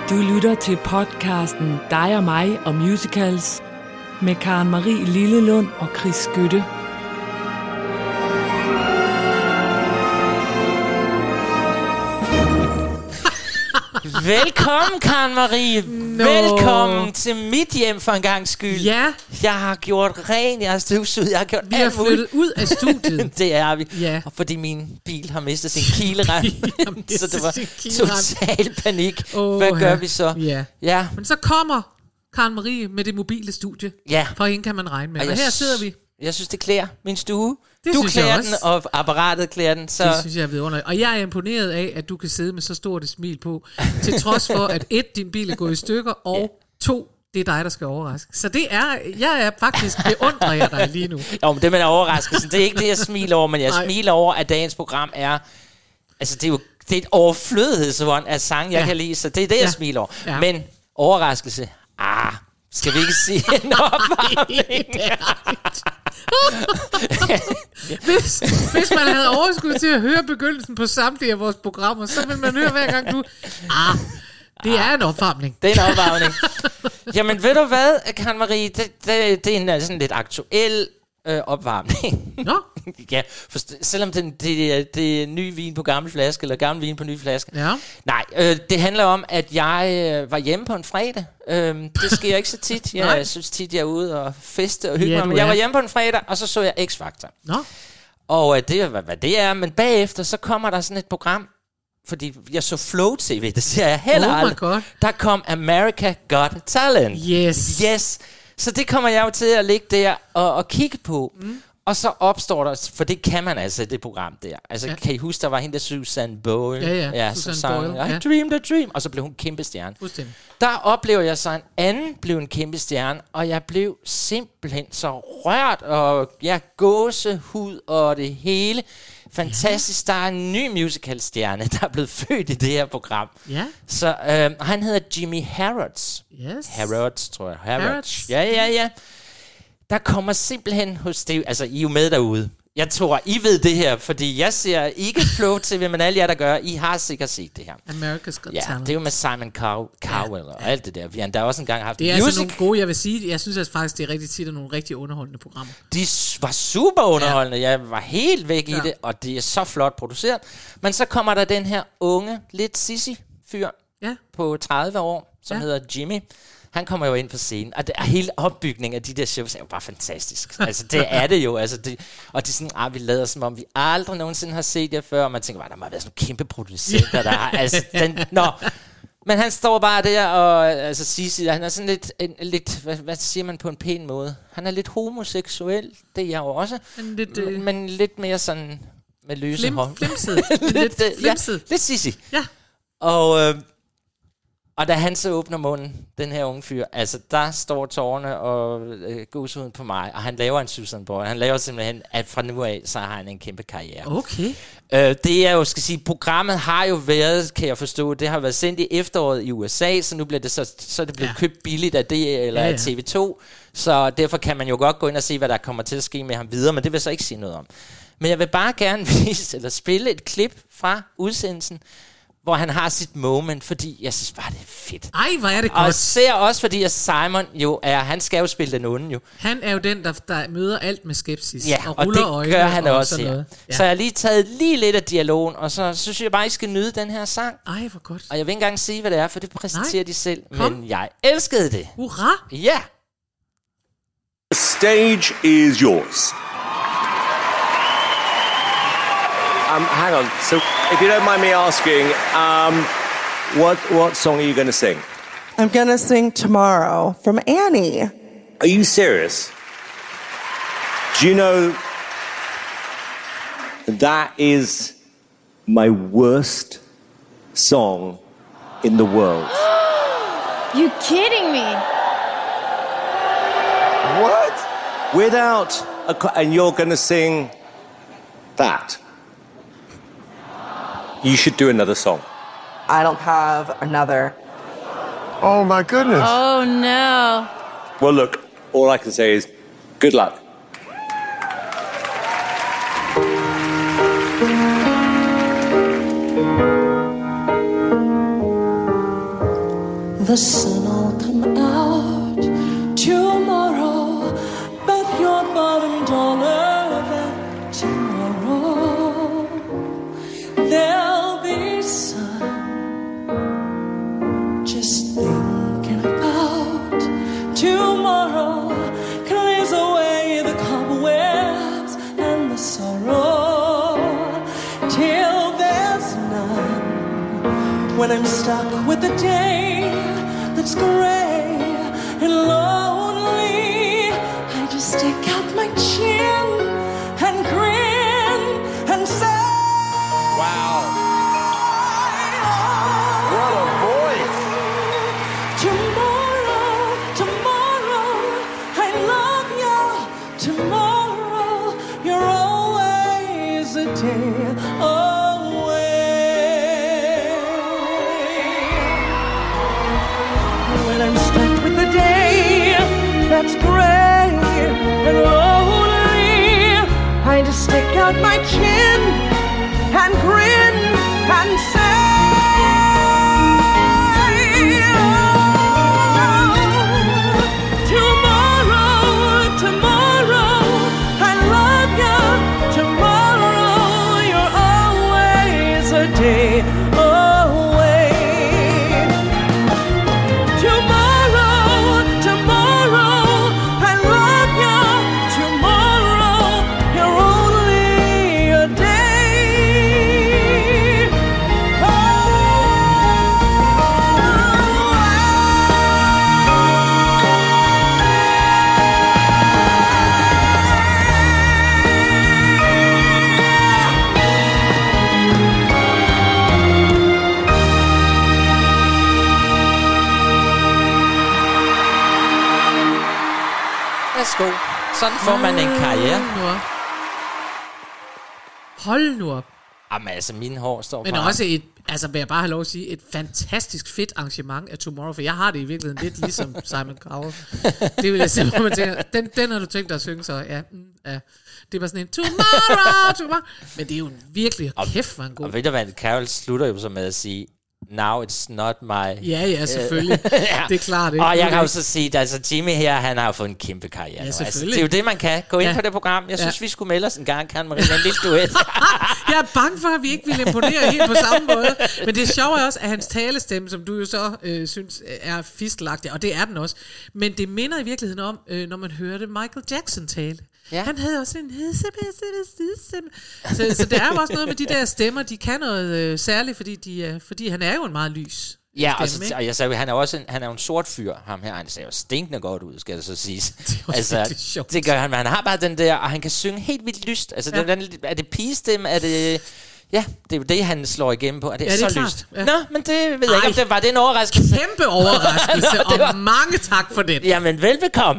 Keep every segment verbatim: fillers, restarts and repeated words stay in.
Du lytter til podcasten Dig og mig og musicals med Karen Marie Lillelund og Chris Skytte. Velkommen, Karen Marie. No. Velkommen til mit hjem for en gang skyld. Ja. Jeg har gjort ren, jeg har støvsuget, jeg har gjort Vi har alt muligt. flyttet ud af studiet. Det er vi. Ja. Og fordi min bil har mistet sin kilerem. Så det var total panik. Oh, Hvad gør ja. vi så? Ja. ja. Men så kommer Karen Marie med det mobile studie. Ja. For hende kan man regne med. Og, og her sidder vi. Jeg synes, det klæder min stue. Det du klæder den, og apparatet klæder den. Så. Det synes jeg er vidunderligt. Og jeg er imponeret af, at du kan sidde med så stort et smil på, til trods for, at et, din bil er gået i stykker, og yeah. to, det er dig, der skal overraske. Så det er, jeg er faktisk beundrer jeg dig lige nu. Jo, men det med overraskelsen, det er ikke det, jeg smiler over, men jeg Nej. smiler over, at dagens program er, altså det er jo det er et overflødighedsvånd af sang, jeg ja. kan lide, så det er det, jeg ja. smiler over. Ja. Men overraskelse, ah, skal vi ikke sige en opvarmning? hvis, hvis man havde overskud til at høre begyndelsen på samtlige af vores programmer, så vil man høre hver gang du... Ah, det er en opvarmning. Det er en opvarmning. Jamen ved du hvad, Karen Marie, det, det, det er en sådan lidt aktuel øh, opvarmning. Nå? Ja, for selvom det, det, det er ny vin på gammel flaske, eller gammel vin på ny flaske. Ja. Nej, øh, det handler om, at jeg øh, var hjemme på en fredag. Øh, det sker ikke så tit. Jeg, jeg synes tit, jeg er ude og feste og hygge ja, mig. Men jeg var hjemme på en fredag, og så så jeg X-Factor. Nå? Og øh, det er, hvad, hvad det er. Men bagefter, så kommer der sådan et program, fordi jeg så Flow T V, det ser jeg heller oh aldrig. Der kom America Got Talent. Yes. Yes. Så det kommer jeg jo til at ligge der og, og kigge på. Mm. Og så opstår der, for det kan man altså, det program der. Altså, ja. Kan I huske, der var hende der Susan Boyle? Ja, ja, ja Susan sang, Boyle. I ja. dreamed a dream. Og så blev hun kæmpe stjerne. Fuldstændig. Der oplever jeg så en anden blev en kæmpe stjerne, og jeg blev simpelthen så rørt, og ja, gåsehud og det hele. Fantastisk. Ja. Der er en ny musicalstjerne, der er blevet født i det her program. Ja. Så øh, han hedder Jimmy Harrods. Yes. Harrods, tror jeg. Harrods. Harrods. Ja, ja, ja. Der kommer simpelthen hos det, altså I er jo med derude. Jeg tror, I ved det her, fordi jeg ser ikke Flow T V, men alle jer, der gør, I har sikkert set det her. America's Got ja, Talent. det er jo med Simon Cow- Cowell ja, og ja. alt det der. Vi har endda også engang haft det er music. altså nogle gode, jeg vil sige. Jeg synes at faktisk, det er rigtig tit, at nogle rigtig underholdende programmer. De var super underholdende. Ja. Jeg var helt væk ja. i det, og det er så flot produceret. Men så kommer der den her unge, lidt sissy-fyr ja. på tredive år, som ja. hedder Jimmy. Han kommer jo ind på scenen, og det er hele opbygningen af de der shows er jo bare fantastisk. Altså, det er det jo. Altså, det, og det er sådan, ah, vi lader som om, vi aldrig nogensinde har set jer før, og man tænker bare, der må have været sådan nogle kæmpe producenter, der har, altså, den, nå. Men han står bare der, og altså, Sissi, han er sådan lidt, en, lidt hvad, hvad siger man på en pæn måde? Han er lidt homoseksuel, det er jeg jo også, men lidt, øh, men lidt mere sådan, med løse flim, hånd. Flimset. lidt, lidt flimset. Ja, lidt Sissi. Ja. Og... Øh, Og da han så åbner munden, den her unge fyr, altså der står tårerne og øh, gåsehuden på mig, og han laver en Susan Boyle. Han laver simpelthen, at fra nu af, så har han en kæmpe karriere. Okay. Øh, det er jo, skal sige, programmet har jo været, kan jeg forstå, det har været sendt i efteråret i U S A, så nu bliver det så, så er det blevet ja. købt billigt af det, eller ja, ja. af T V to, så derfor kan man jo godt gå ind og se, hvad der kommer til at ske med ham videre, men det vil så ikke sige noget om. Men jeg vil bare gerne vise, eller spille et klip fra udsendelsen, hvor han har sit moment, fordi jeg synes bare, det er fedt. Ej, hvor er det godt. Og ser også, fordi at Simon jo er, han skal jo spille den onde jo. Han er jo den, der, der møder alt med skepsis. Ja, og, og ruller det øjne gør han og også her. Ja. Så jeg har lige taget lige lidt af dialogen, og så, så synes jeg bare, I skal nyde den her sang. Ej, hvor godt. Og jeg vil ikke engang sige, hvad det er, for det præsenterer Nej. de selv. Kom. Men jeg elskede det. Hurra! Ja. The stage is yours. Um, hang on. So, if you don't mind me asking, um, what what song are you going to sing? I'm going to sing Tomorrow from Annie. Are you serious? Do you know that is my worst song in the world? You kidding me? What? Without a, and you're going to sing that? You should do another song. I don't have another. Oh, my goodness. Oh, no. Well, look, all I can say is good luck. the sun'll come out tomorrow, bet your bottom dollar that tomorrow there'll be sun. Just thinking about tomorrow clears away the cobwebs and the sorrow till there's none. When I'm stuck with the day that's gray and lonely, I just stick out my chin and grin and say, wow. What a voice. Tomorrow, tomorrow, I love you. Tomorrow, you're always a day away. When I'm stuck with the day that's gray and lonely, I just stick out my chin and grin and say, Sådan får man en karriere. Hold nu op. Jamen altså, mine hår står Men på også et, altså vil jeg bare have lov at sige, et fantastisk fedt arrangement af Tomorrow, for jeg har det i virkeligheden lidt ligesom Simon Cowell. Det vil jeg simpelthen tænke, den, den har du tænkt dig at synge, så ja, mm, ja. Det var sådan en tomorrow, tomorrow. Men det er jo en virkelig, kæft var en god. Og ved du hvad, Cowell slutter jo så med at sige, now it's not my... Ja, ja, selvfølgelig. ja. Det er klart. Ikke? Og jeg kan jo så sige, at altså, Jimmy her, han har jo fået en kæmpe karriere. Ja, altså, det er jo det, man kan. Gå ind ja. på det program. Jeg synes, ja. vi skulle melde os en gang, kan man en lille duet. Jeg er bange for, at vi ikke vil imponere helt på samme måde. Men det sjove er også, at hans talestemme, som du jo så øh, synes er fiskelagtig, og det er den også. Men det minder i virkeligheden om, øh, når man hørte Michael Jackson tale. Ja. Han havde også en så, så det er jo også noget med de der stemmer, de kan noget øh, særligt, fordi, de, øh, fordi han er jo en meget lys ja, stemme, og, så, og jeg sagde, han er også en, han er en sort fyr, ham her. Han ser jo stinkende godt ud, skal det så siges. Det, altså, det gør han, men han har bare den der, og han kan synge helt vildt lyst. Altså, ja. den, er det pigestemme? Er det... Ja, det er jo det, han slår igennem på, og det er, ja, det er så klart. Lyst. Ja. Nå, men det ved jeg ikke, om det var det en overraskelse. Kæmpe overraskelse, Nå, var... og mange tak for det. Jamen, velbekomme.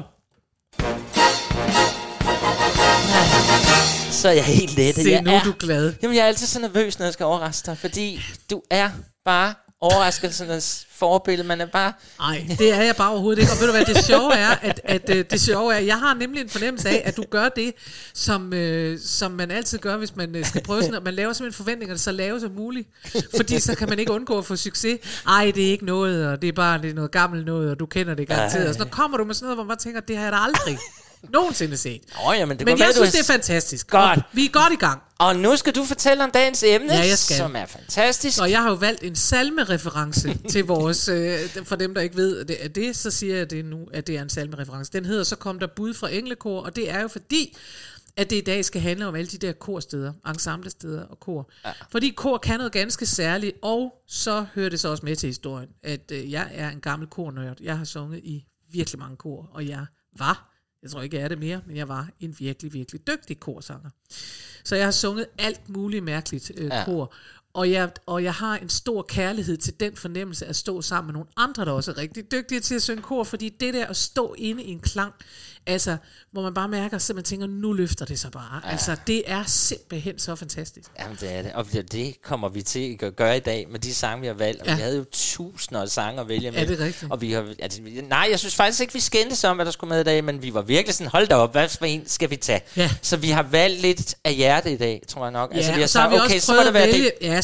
Så er jeg helt let. Se, nu er du glad. Jamen, jeg er altid så nervøs, når jeg skal overraske dig, fordi du er bare overraskelsernes forbillede. Man er bare... Nej, det er jeg bare overhovedet ikke. Og ved du hvad, det sjove er, at, at, at det sjove er, jeg har nemlig en fornemmelse af, at du gør det, som, øh, som man altid gør, hvis man øh, skal prøve sådan, at man laver simpelthen forventninger, så lave som muligt. Fordi så kan man ikke undgå at få succes. Ej, det er ikke noget, og det er bare det er noget gammelt noget, og du kender det garanteret. Og så kommer du med sådan noget, hvor man tænker, det har jeg da aldrig nogensinde set. Oh, jamen, det men jeg være, synes, det er fantastisk. Godt. Vi er godt i gang. Og nu skal du fortælle om dagens emne, ja, jeg skal. Som er fantastisk. Og jeg har jo valgt en salmereference til vores, øh, for dem, der ikke ved det, at det, så siger jeg det nu, at det er en salmereference. Den hedder Så kom der bud fra englekor, og det er jo fordi, at det i dag skal handle om alle de der korsteder, ensemblesteder og kor. Ja. Fordi kor kan noget ganske særligt, og så hører det så også med til historien, at øh, jeg er en gammel kornørd. Jeg har sunget i virkelig mange kor, og jeg var... Jeg tror ikke, jeg er det mere, men jeg var en virkelig, virkelig dygtig korsanger. Så jeg har sunget alt muligt mærkeligt øh, ja. kor. Og jeg, og jeg har en stor kærlighed til den fornemmelse at stå sammen med nogle andre, der også er rigtig dygtige til at synge kor. Fordi det der at stå inde i en klang, altså, hvor man bare mærker, så man tænker, nu løfter det sig bare. Ja. Altså, det er simpelthen så fantastisk. Jamen, det er det. Og det kommer vi til at gøre i dag med de sange, vi har valgt. Og ja. vi havde jo tusinder af sange at vælge med. Er det rigtigt? Og vi har, altså, nej, jeg synes faktisk ikke, vi skændtes om, hvad der skulle med i dag, men vi var virkelig sådan, hold da op, hvad for en skal vi tage? Ja. Så vi har valgt lidt af hjerte i dag, tror jeg nok. Ja, altså, vi har så har vi sagt, okay, også prøvet at vælge, det... ja,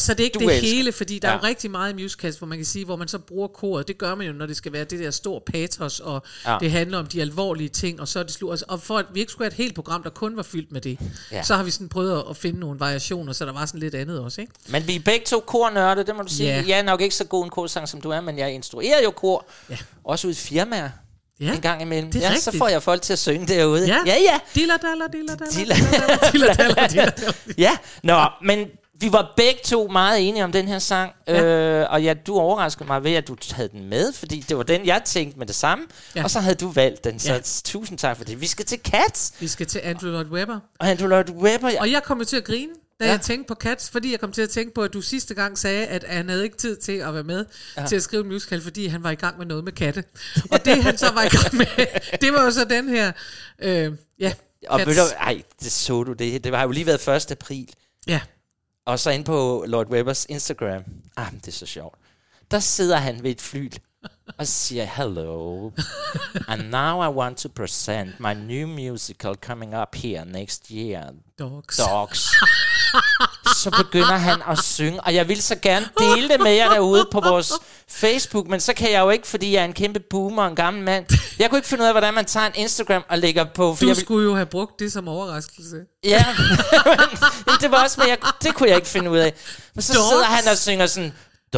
så det er ikke du det elsker. hele, fordi der ja. er jo Ja. rigtig meget musicals, hvor man kan sige, hvor man så bruger koret. Det gør man jo, når det skal være det der store patos, og Ja. det handler om de alvorlige ting, og så er det slut. Og for at vi ikke skulle have et helt program, der kun var fyldt med det, Ja. så har vi sådan prøvet at finde nogle variationer, så der var sådan lidt andet også, ikke? Men vi er begge to kornørde, det må du sige. Ja. Jeg er nok ikke så god en korsang, som du er, men jeg instruerer jo kor. Ja. Også ud i firmaer. Ja, en gang imellem. det er Ja, rigtigt. så får jeg folk til at synge derude. Ja, ja. ja. Dilla dalla, dilla dalla, Dilla. dilla dalla, dilla dalla. Ja, nå, men vi var begge to meget enige om den her sang, Ja. øh, og ja, du overraskede mig ved, at du havde den med, fordi det var den, jeg tænkte med det samme, Ja. og så havde du valgt den, så Ja. tusind tak for det. Vi skal til Cats, Vi skal til Andrew Lloyd Webber. og Andrew Lloyd Webber, ja. Og jeg kom jo til at grine, da Ja. jeg tænkte på Cats, fordi jeg kom til at tænke på, at du sidste gang sagde, at han havde ikke tid til at være med ja. til at skrive en musical, fordi han var i gang med noget med katte. Og det han så var i gang med, det var jo så den her, øh, ja, Og Cats. ved du, ej, det så du det, det har jo lige været første april, Ja, og så inde på Lloyd Webbers Instagram, ah, det er så sjovt, der sidder han ved et flyl, og siger, hello, and now I want to present my new musical coming up here next year, dogs. Dogs. Så begynder han at synge, og jeg vil så gerne dele det med jer derude på vores Facebook, men så kan jeg jo ikke, fordi jeg er en kæmpe boomer og en gammel mand. Jeg kunne ikke finde ud af, hvordan man tager en Instagram og lægger på. For Du jeg vil... skulle jo have brugt det som overraskelse. Ja, men det var også, men jeg, det kunne jeg ikke finde ud af. Men så Dogs. sidder han og synger sådan,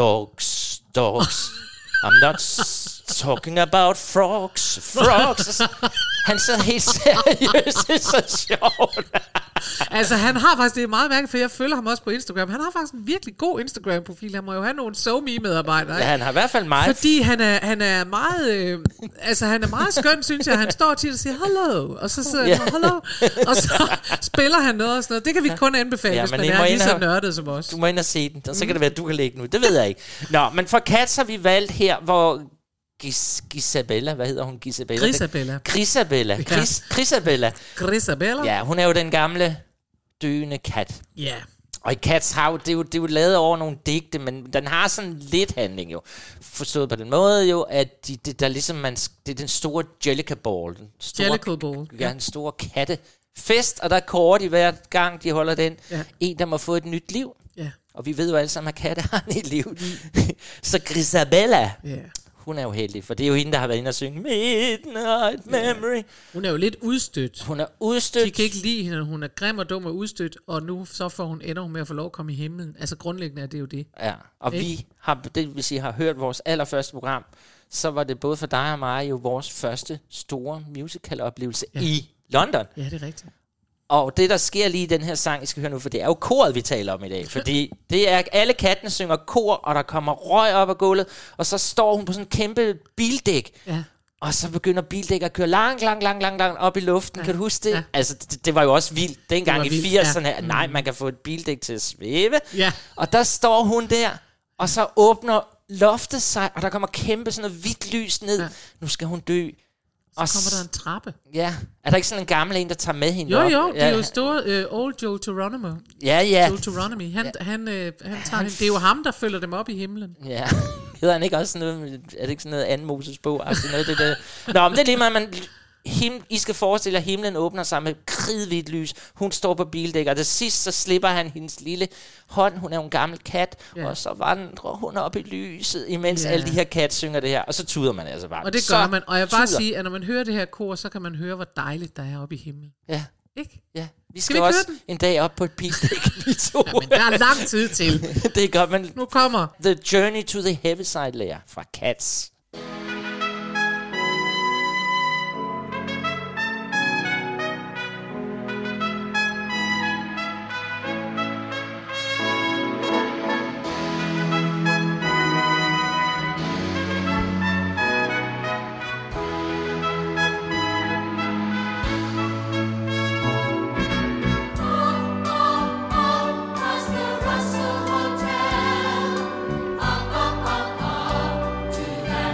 dogs, dogs, I'm not s- talking about frogs, frogs. Han sidder helt seriøst, det er så sjovt. Altså han har faktisk, det er meget mærkeligt, for jeg følger ham også på Instagram. Han har faktisk en virkelig god Instagram-profil. Han må jo have nogle SoMe-medarbejdere. Ja, han har i hvert fald meget. Fordi han er, han er meget, øh, altså han er meget skøn, synes jeg. Han står tit og siger, hello, og så sidder Ja. han, hello, og så spiller han noget og sådan noget. Det kan vi kun anbefale, Ja, hvis men man I er må lige ind så og- nørdet som os. Du må ind og se den, og så kan det være, at du kan lægge den ud. Det ved jeg ikke. Nå, men for Cats har vi valgt her, hvor Gis- Gisabella, hvad hedder hun? Gisabella? Grisabella. Grisabella. Gris, Grisabella. Grisabella? Ja, hun er jo den gamle døende kat. Ja. Og i Cats har jo, det, er jo, det er jo lavet over nogle digte, men den har sådan lidt handling jo. Forstået på den måde jo, at de, det, der ligesom man, det er den store Jellicle Ball. Den store, Jellicle Ball. Ja, den store kattefest, og der kårer de hver gang, de holder den. Ja. En, der må få et nyt liv. Ja. Og vi ved jo alle sammen, at katte har et liv. Så Grisabella, Ja. hun er jo heldig, for det er jo hende, der har været inde og synge Midnight Memory. Hun er jo lidt udstødt. Hun er udstødt. De kan ikke lide hende, hun er grim og dum og udstødt, og nu så får hun ender hun med at få lov at komme i himlen. Altså grundlæggende er det jo det. Ja, og Ikke? vi har, det vil sige, har hørt vores allerførste program, så var det både for dig og mig jo vores første store musical-oplevelse Ja. i London. Ja, det er rigtigt. Og det, der sker lige i den her sang, I skal høre nu, for det er jo koret, vi taler om i dag. Fordi det er, alle kattene synger kor, og der kommer røg op af gulvet, og så står hun på sådan en kæmpe bildæk. Ja. Og så begynder bildæk at køre langt, langt, langt, langt, langt op i luften. Ja. Kan du huske det? Ja. Altså, det, det var jo også vildt. Dengang var i vildt, firserne, ja. ja. nej, man kan få et bildæk til at svæve. Ja. Og der står hun der, og så åbner loftet sig, og der kommer kæmpe sådan noget hvidt lys ned. Ja. Nu skal hun dø. Og Så kommer der en trappe. Ja, er der ikke sådan en gammel en, der tager med hende Jo, op? jo, det ja. er jo store uh, Old Joe Geronimo. Ja, ja. Joe Geronimo. Han, ja. han, uh, han tager Han hende. Det er jo ham, der følger dem op i himlen. Ja, hedder han ikke også sådan noget, er det ikke sådan noget anden Moses bog? Altså noget det der. Nå, men det er lige meget, man, him, I skal forestille jer, at himlen åbner sig med kridhvidt lys. Hun står på bildæk, og til sidst så slipper han hendes lille hånd. Hun er jo en gammel kat, Ja. og så vandrer hun op i lyset, imens Ja. alle de her kat synger det her. Og så tuder man altså bare. Og det så gør man. Og jeg vil bare tuder. sige, at når man hører det her kor, så kan man høre, hvor dejligt der er oppe i himlen. Ja, Ikke? ja. Vi skal, Skal vi også køre den? en dag op på et bildæk, vi to. Ja, men der er lang tid til. Det gør man. Nu kommer... The Journey to the Heaviside Layer fra Cats. Past the Russell Hotel, up, up, up, up to the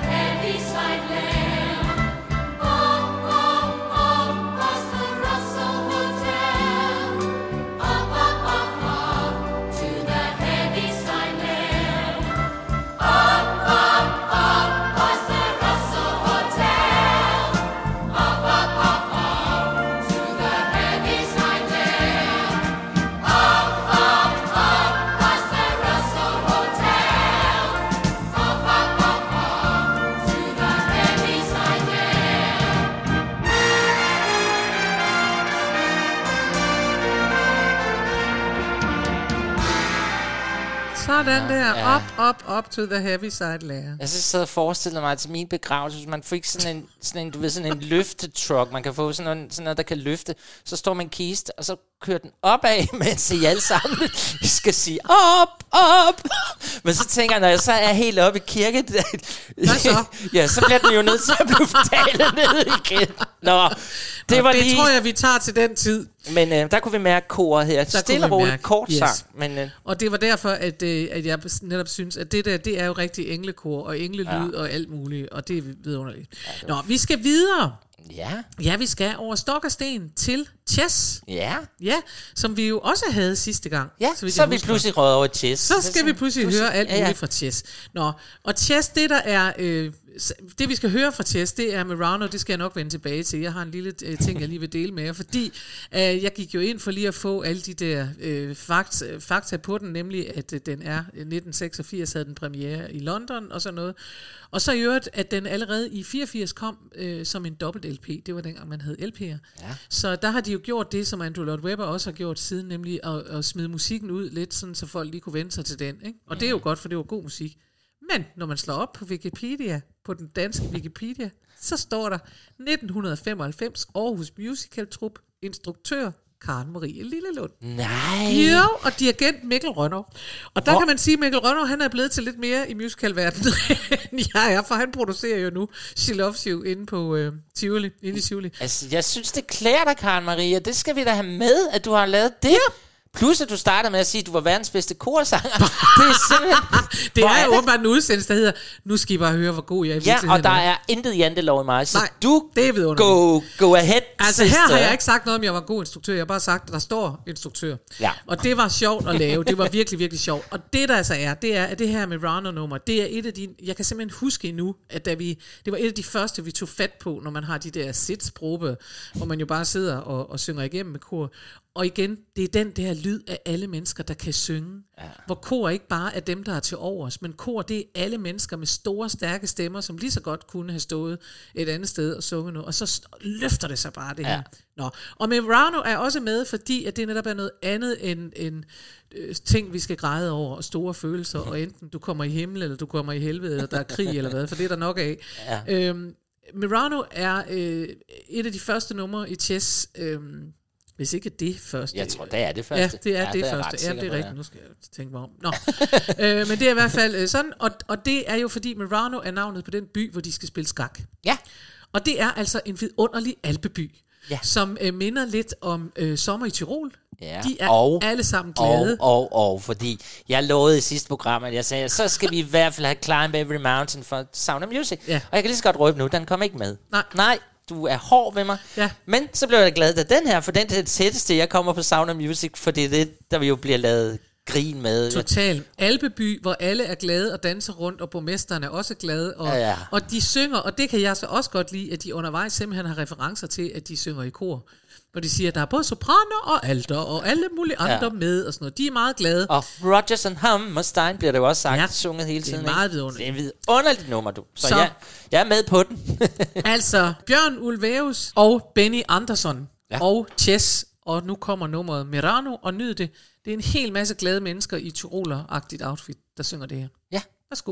Sådan der. Ja. Up, up, up to the heavy side layer. Jeg så sidder og forestiller mig til min begravelse, hvis man fik sådan en, sådan en, du ved, sådan en løftetruck, man kan få sådan noget, sådan noget, der kan løfte, så står man en kiste, og så kører den opad, mens I alle sammen I skal sige op, op. Men så tænker jeg, når jeg så er helt oppe i kirke, hvad så? Ja, så bliver den jo nødt til at blive dalet ned igen. Nå, det var det lige... tror jeg, vi tager til den tid. Men øh, der kunne vi mærke koret her. Der stille og roligt kort sang. Yes. Men, øh, og det var derfor, at, øh, at jeg netop synes, at det der, det er jo rigtig englekor og englelyd ja. og alt muligt. Og det er vidunderligt. Ja, Nå, vi skal videre. Ja. Ja, vi skal over stok og sten til chess. Ja. Ja, som vi jo også havde sidste gang. Ja, så, så er vi pludselig røget over chess. Så skal vi pludselig, pludselig høre alt muligt ja, ja. fra chess. Nå, og chess, det der er... Øh, det vi skal høre fra chess, det er Murano. Det skal jeg nok vende tilbage til. Jeg har en lille øh, ting, jeg lige vil dele med jer. Fordi øh, jeg gik jo ind for lige at få alle de der øh, fakt, fakta på den. Nemlig at øh, den er nitten seksogfirs havde den premiere i London og sådan noget. Og så i øvrigt, at den allerede i fireogfirs kom øh, som en dobbelt L P. Det var dengang, man havde L P'er. Ja. Så der har de jo gjort det, som Andrew Lloyd Webber også har gjort siden, nemlig at, at smide musikken ud lidt, sådan, så folk lige kunne vende sig til den. Ikke? Og ja. det er jo godt, for det var god musik. Men når man slår op på Wikipedia, på den danske Wikipedia, så står der nitten femoghalvfems Aarhus Musical Troup, instruktør Karen Marie Lillelund. Nej. Jo, og dirigent Mikkel Rønnow. Og der Hvor? kan man sige, at Mikkel Rønnow, han er blevet til lidt mere i musicalverdenen, end jeg er, for han producerer jo nu She Loves You inde på øh, Tivoli, inde i Tivoli. Altså, jeg synes, det klæder dig, Karen Marie. Det skal vi da have med, at du har lavet det. Ja. Plus at du startede med at sige, at du var verdens bedste korsanger. Det er simpelthen... det er jo åbenbart en udsendelse, der hedder, nu skal I bare høre, hvor god jeg er i Ja, og der er intet jantelov i mig, så Nej, du det er go, go ahead, Altså sister. Her har jeg ikke sagt noget om, jeg var en god instruktør. Jeg har bare sagt, at der står instruktør. Ja. Og det var sjovt at lave. Det var virkelig, virkelig sjovt. Og det der altså er, det er, at det her med Murano-nummer, det er et af de... Jeg kan simpelthen huske endnu, at da vi, det var et af de første, vi tog fat på, når man har de der sitsprobe, hvor man jo bare sidder og, og synger igennem med kor. Og igen, det er den der lyd af alle mennesker, der kan synge. Ja. Hvor kor ikke bare er dem, der er til overs, men kor, det er alle mennesker med store, stærke stemmer, som lige så godt kunne have stået et andet sted og sunget noget. Og så løfter det sig bare, det her. Ja. Nå. Og Murano er også med, fordi at det netop er noget andet end, end øh, ting, vi skal græde over, og store følelser, og enten du kommer i himmel, eller du kommer i helvede, eller der er krig, eller hvad, for det er der nok af. Ja. Øhm, Murano er øh, et af de første numre i chess, øh, hvis ikke det første. Jeg tror, det er det første. Ja, det er ja, det, det er første. Ja, det er rigtigt. Nu skal jeg tænke mig om. Nå. øh, men det er i hvert fald sådan, og, og det er jo fordi Murano er navnet på den by, hvor de skal spille skak. Ja. Og det er altså en vidunderlig alpeby, ja. som øh, minder lidt om øh, Sommer i Tyrol. Ja. De er og, alle sammen glade. Og, og, og, fordi jeg lovede i sidste program, at jeg sagde, så skal vi i hvert fald have Climb Every Mountain for Sound of Music. Ja. Og jeg kan lige så godt røbe nu, den kom ikke med. Nej. Nej. Du er hård ved mig. Ja. Men så blev jeg glad, da den her, for den er det tætteste, jeg kommer på Sound of Music, for det er det, der jo bliver lavet grin med. Total. Alpeby, hvor alle er glade og danser rundt, og borgmesteren er også glade. Og, ja, ja. og de synger, og det kan jeg så også godt lide, at de undervejs simpelthen har referencer til, at de synger i kor. Hvor de siger, at der er både sopraner og alter, og alle mulige andre ja. med, og sådan noget. De er meget glade. Og Rodgers and Hammerstein bliver det jo også sagt, ja, sunget hele tiden. Det er meget vidunderligt. Det er et vidunderligt nummer, du. Så, så jeg, jeg er med på den. Altså, Bjørn Ulvaeus og Benny Andersson ja. og Chess, og nu kommer nummeret Murano, og nyd det. Det er en hel masse glade mennesker i Tyroler-agtigt outfit, der synger det her. Ja. Værsgo.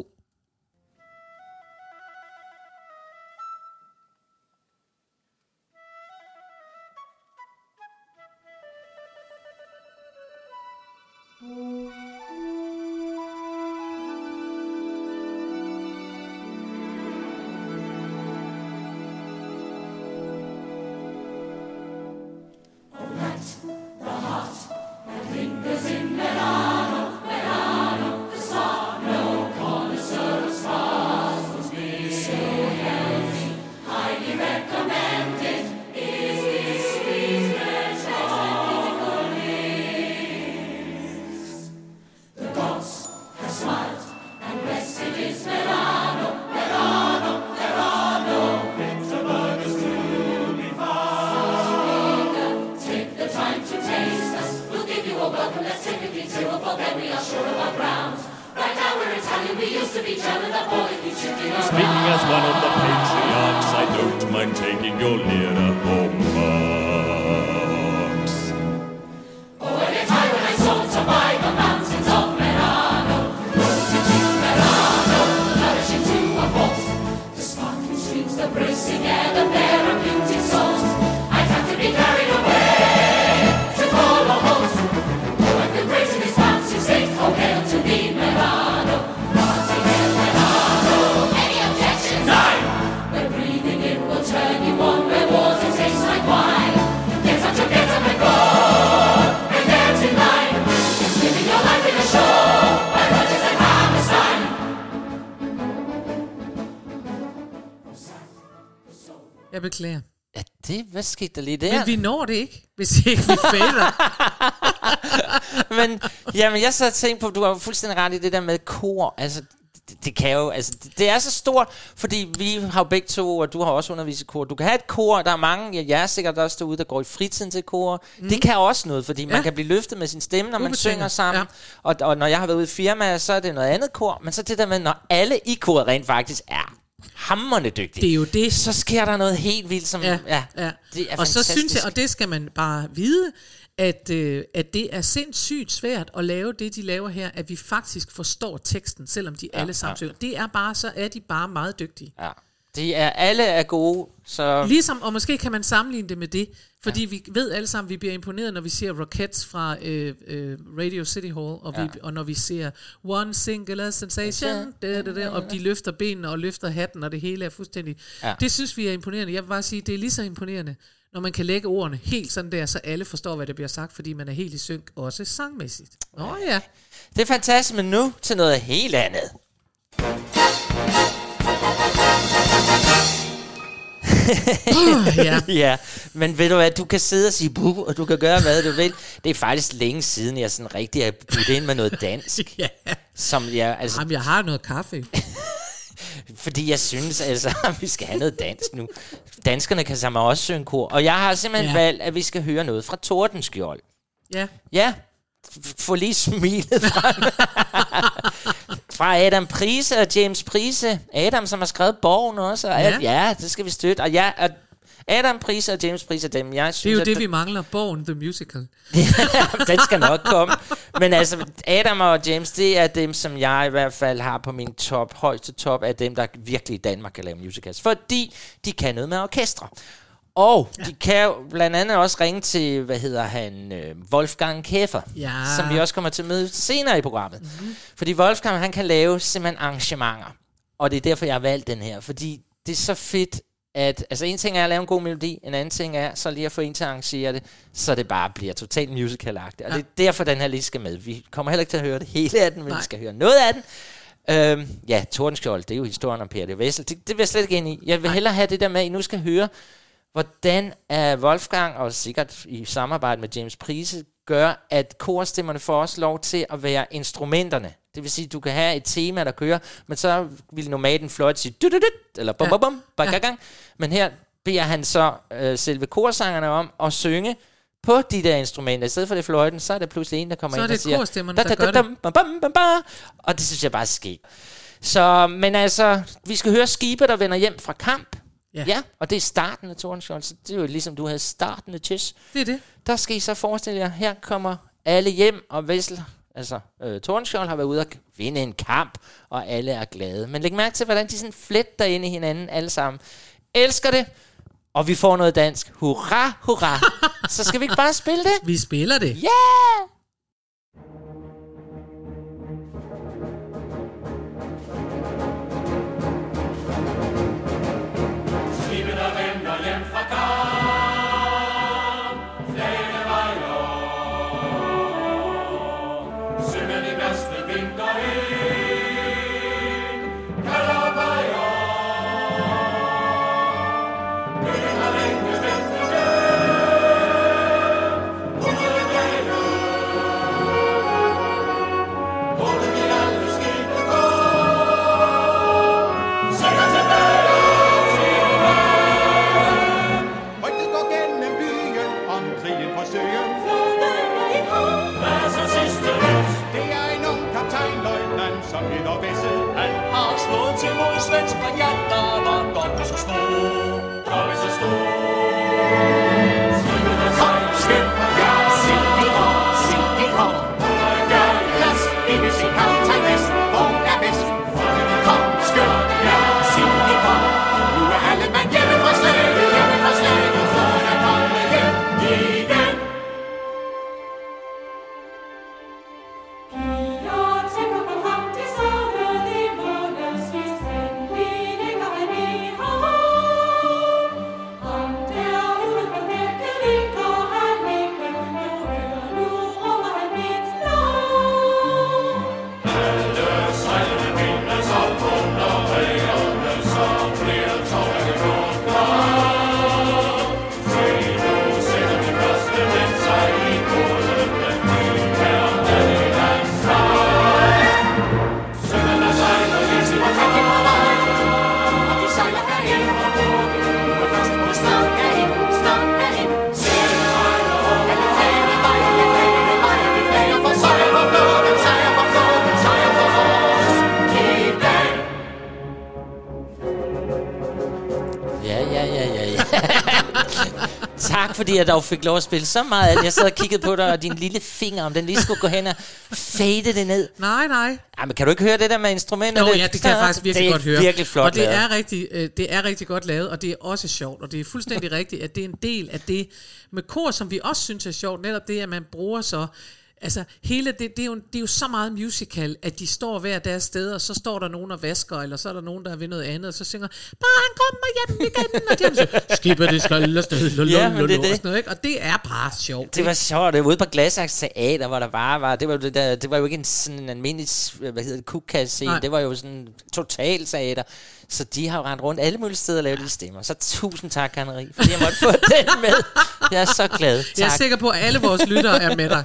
Jeg beklager. Ja, det, hvad skete der lige der? Men vi når det ikke, hvis ikke vi fader. Men jamen, jeg så tænkte på, du har fuldstændig ret i det der med kor. Altså, det, det kan jo, altså, det, det er så stort, fordi vi har jo begge to, og du har også undervist i kor. Du kan have et kor, der er mange, ja, jeg er sikkert også derude, der går i fritiden til kor. Mm. Det kan også noget, fordi ja. man kan blive løftet med sin stemme, når man Ubetinget. synger sammen. Ja. Og, og når jeg har været ude i firmaer, så er det noget andet kor. Men så det der med, når alle i koret rent faktisk er hamrende dygtige. Det er jo det. Så sker der noget helt vildt, som ja, ja, ja. det er og fantastisk. Så synes jeg, og det skal man bare vide, at, øh, at det er sindssygt svært at lave det, de laver her, at vi faktisk forstår teksten, selvom de ja, alle sammen ja. synger. Det er bare, så er de bare meget dygtige. Ja. De er, alle er gode, så... Ligesom, og måske kan man sammenligne det med det, fordi ja. vi ved alle sammen, vi bliver imponeret, når vi ser Rockettes fra øh, øh, Radio City Hall, og, ja. vi, og når vi ser One Singular Sensation, da, da, da, og de løfter benene og løfter hatten, og det hele er fuldstændig... Ja. Det synes vi er imponerende. Jeg vil bare sige, det er lige så imponerende, når man kan lægge ordene helt sådan der, så alle forstår, hvad der bliver sagt, fordi man er helt i synk, også sangmæssigt. Åh oh, ja. Det er fantastisk, men nu til noget helt andet. uh, ja. ja, men ved du hvad, du kan sidde og sige buh, og du kan gøre hvad du vil. Det er faktisk længe siden, jeg sådan rigtig er budt ind med noget dansk. ja. Som jeg, altså, Jamen, jeg har noget kaffe. Fordi jeg synes altså, at vi skal have noget dansk nu. Danskerne kan sammen også synge kor. Og jeg har simpelthen ja. valgt, at vi skal høre noget fra Tordenskjold. Ja. Ja, få lige smilet frem. Fra Adam Price og James Price. Adam, som har skrevet Borgen også. Og ja. ja, det skal vi støtte. Og ja, og Adam Price og James Price er dem, jeg synes... Det er jo det, at, vi mangler. Borgen the Musical. Den skal nok komme. Men altså, Adam og James, det er dem, som jeg i hvert fald har på min top, højeste top, af dem, der virkelig i Danmark kan lave musicals. Fordi de kan noget med orkestre. Og ja. de kan jo blandt andet også ringe til, hvad hedder han, øh, Wolfgang Käfer, ja. som vi også kommer til at møde senere i programmet. Mm-hmm. Fordi Wolfgang, han kan lave simpelthen arrangementer. Og det er derfor, jeg har valgt den her. Fordi det er så fedt, at... Altså en ting er at lave en god melodi, en anden ting er så lige at få en til at arrangere det, så det bare bliver totalt musicalagtigt. Og ja. det er derfor, den her lige skal med. Vi kommer heller ikke til at høre det hele af den, men Nej. vi skal høre noget af den. Øhm, ja, Tordenskjold, det er jo historien om Per de Wessel. Det, det vil jeg slet ikke ind i. Jeg vil Nej. hellere have det der med, at I nu skal høre, hvordan uh, Wolfgang, og sikkert i samarbejde med James Price, gør, at korstemmerne får også lov til at være instrumenterne. Det vil sige, at du kan have et tema, der kører, men så vil normalt en fløjte sige du, du, du, eller bum, bum, bum, bum, ja. Men her beder han så øh, selve korsangerne om at synge på de der instrumenter. I stedet for det fløjten, så er der pludselig en, der kommer så ind og siger... Så er det korstemmerne, der gør det. Bum, bum, bum, bum, og det synes jeg bare er sket. Så, men altså, vi skal høre skibe, der vender hjem fra kamp. Ja. ja, og det er starten af Tordenskjold, så det er jo ligesom, du havde starten af Chess. Det er det. Der skal I så forestille jer, her kommer alle hjem, og Wessel, altså øh, Tordenskjold har været ude og vinde en kamp, og alle er glade. Men læg mærke til, hvordan de sådan fletter ind i hinanden alle sammen. Elsker det, og vi får noget dansk. Hurra, hurra. Så skal vi ikke bare spille det? Vi spiller det. Ja! Yeah! fordi jeg dog fik lov at spille så meget, at jeg sad og kiggede på dig, og din lille finger, om den lige skulle gå hen og fade det ned. Nej, nej. Ej, men kan du ikke høre det der med instrumenter? Jo, ja, det kan jeg faktisk virkelig godt høre. Det er virkelig flot og det lavet. er, rigtig, øh, det er rigtig godt lavet, og det er også sjovt. Og det er fuldstændig rigtigt, at det er en del af det med kor, som vi også synes er sjovt. Netop det, at man bruger så... Altså, hele det, det, er jo, det er jo så meget musical, at de står hver deres sted, og så står der nogen og vasker, eller så er der nogen, der er ved noget andet, og så synger, bare han kommer hjem igen, og de siger, skibet det skal afsted, ja, men det er det. Noget, ikke? Og det er bare sjovt. Det var sjovt, det var ude på Glasaks Teater, hvor der bare var, det var, det der, det var jo ikke en sådan en almindelig, hvad hedder det, kukkasse-scene, det var jo sådan en total teater. Så de har jo rendt rundt alle mulige steder og lavet de stemmer. Så tusind tak, Anne-Marie, fordi jeg måtte få den med. Jeg er så glad. Tak. Jeg er sikker på, at alle vores lyttere er med dig.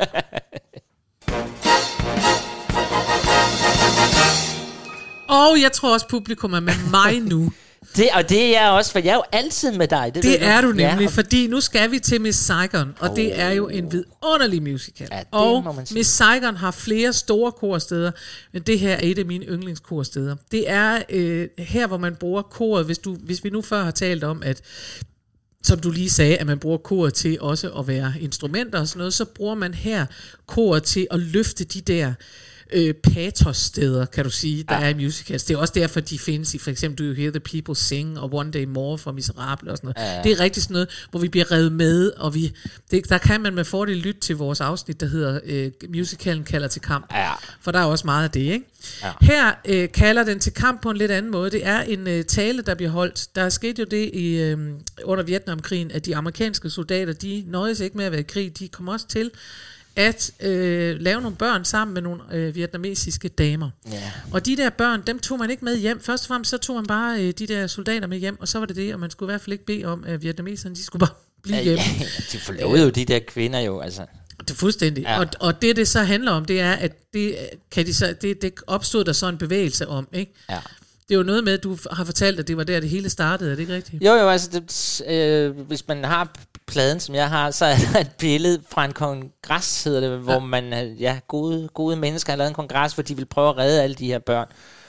Og jeg tror også, publikum er med mig nu. Det, og det er jeg også, for jeg er jo altid med dig. Det, det er du nemlig, ja, og... fordi nu skal vi til Miss Saigon, og oh. det er jo en vidunderlig musical. Ja, og Miss Saigon har flere store korsteder, men det her er et af mine yndlingskorsteder. Det er øh, her, hvor man bruger koret, hvis, du, hvis vi nu før har talt om, at som du lige sagde, at man bruger koret til også at være instrumenter og sådan noget, så bruger man her koret til at løfte de der øh, pathos-steder, kan du sige, der ja. er i musicals. Det er også derfor, de findes i for eksempel Do You Hear the People Sing og One Day More fra Miserable og sådan noget. Ja, ja. Det er rigtig sådan noget, hvor vi bliver revet med, og vi, det, der kan man med fordel lytte til vores afsnit, der hedder øh, Musicalen kalder til kamp. Ja. For der er også meget af det, ikke? Ja. Her øh, kalder den til kamp på en lidt anden måde. Det er en øh, tale, der bliver holdt. Der skete jo det i, øh, under Vietnamkrigen, at de amerikanske soldater, de nøjes ikke med at være i krig. De kom også til at øh, lave nogle børn sammen med nogle øh, vietnamesiske damer. Yeah. Og de der børn, dem tog man ikke med hjem. Først og fremmest så tog man bare øh, de der soldater med hjem, og så var det det, og man skulle i hvert fald ikke bede om, at vietnameserne, de skulle bare blive ja, hjemme. Ja, de forlovede jo de der kvinder jo, altså. Det er fuldstændig. Ja. Og, og det, det så handler om, det er, at det, kan de så, det, det opstod der så en bevægelse om, ikke? Ja. Det er jo noget med, at du har fortalt, at det var der, det hele startede. Er det ikke rigtigt? Jo, jo, altså, det, øh, hvis man har pladen, som jeg har, så er der et billede fra en kongres, hedder det, hvor ja. man, ja, gode, gode mennesker har lavet en kongres, hvor de vil prøve at redde alle de her børn.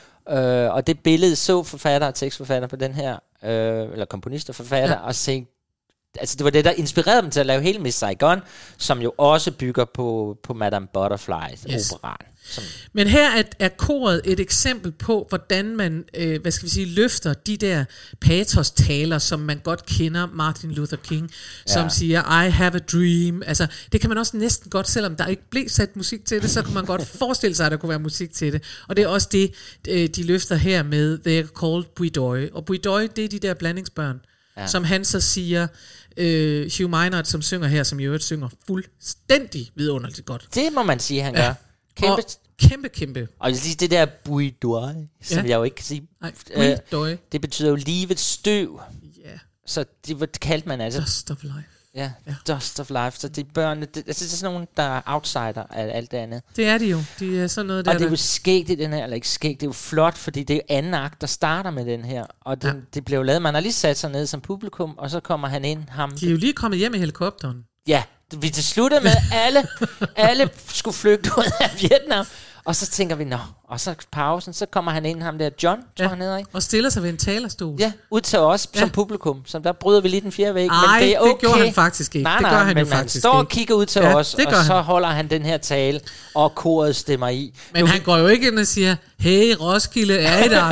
Øh, og det billede så forfatter og tekstforfatter på den her, øh, eller komponist og forfatter, ja. og se, altså det var det, der inspirerede dem til at lave hele Miss Saigon, som jo også bygger på, på Madame Butterfly, yes. operaen. Som Men her er, er koret et eksempel på, hvordan man, øh, hvad skal vi sige, løfter de der pathos-taler, som man godt kender, Martin Luther King, som ja. siger, I have a dream. Altså, det kan man også næsten godt, selvom der ikke blev sat musik til det, så kan man godt forestille sig, at der kunne være musik til det. Og det er også det, øh, de løfter her med They're Called Buidoy. Og Buidoy, det er de der blandingsbørn, ja. som han så siger, øh, Hugh Maynard, som synger her, som i øvrigt synger fuldstændig vidunderligt godt. Det må man sige, han ja. gør. Kæmpe, og kæmpe, kæmpe. Og lige det der buidoy, som ja. jeg jo ikke kan sige. Nej, øh, det betyder jo livets støv. Ja. Yeah. Så det, det kaldte man altså. Dust of life. Ja, ja, dust of life. Så det er børn, det, altså det er sådan nogen, der er outsider af alt det andet. Det er de jo. De er sådan noget der. Og det er jo skægt i den her, eller ikke skægt, det er jo flot, fordi det er jo anden akt, der starter med den her. Og den, ja. det blev lavet, man har lige sat sig ned som publikum, og så kommer han ind. Ham. De er jo lige kommet hjem i helikopteren. Ja, vi til sluttede med, alle, alle skulle flygte ud af Vietnam. Og så tænker vi, nå, og så pausen, så kommer han ind, ham der John, tror ja. han hedder, ikke? Og stiller sig ved en talerstol. Ja, ud til os ja. som publikum. Så der bryder vi lige den fjerde væg. Ej, men det er okay. det gjorde han faktisk ikke. Nej, det nej, gør han men jo man faktisk står og ikke. kigger ud til ja, os, og han. så holder han den her tale, og koret stemmer i. Men nu, han går jo ikke ind og siger, hey, Roskilde, er I der?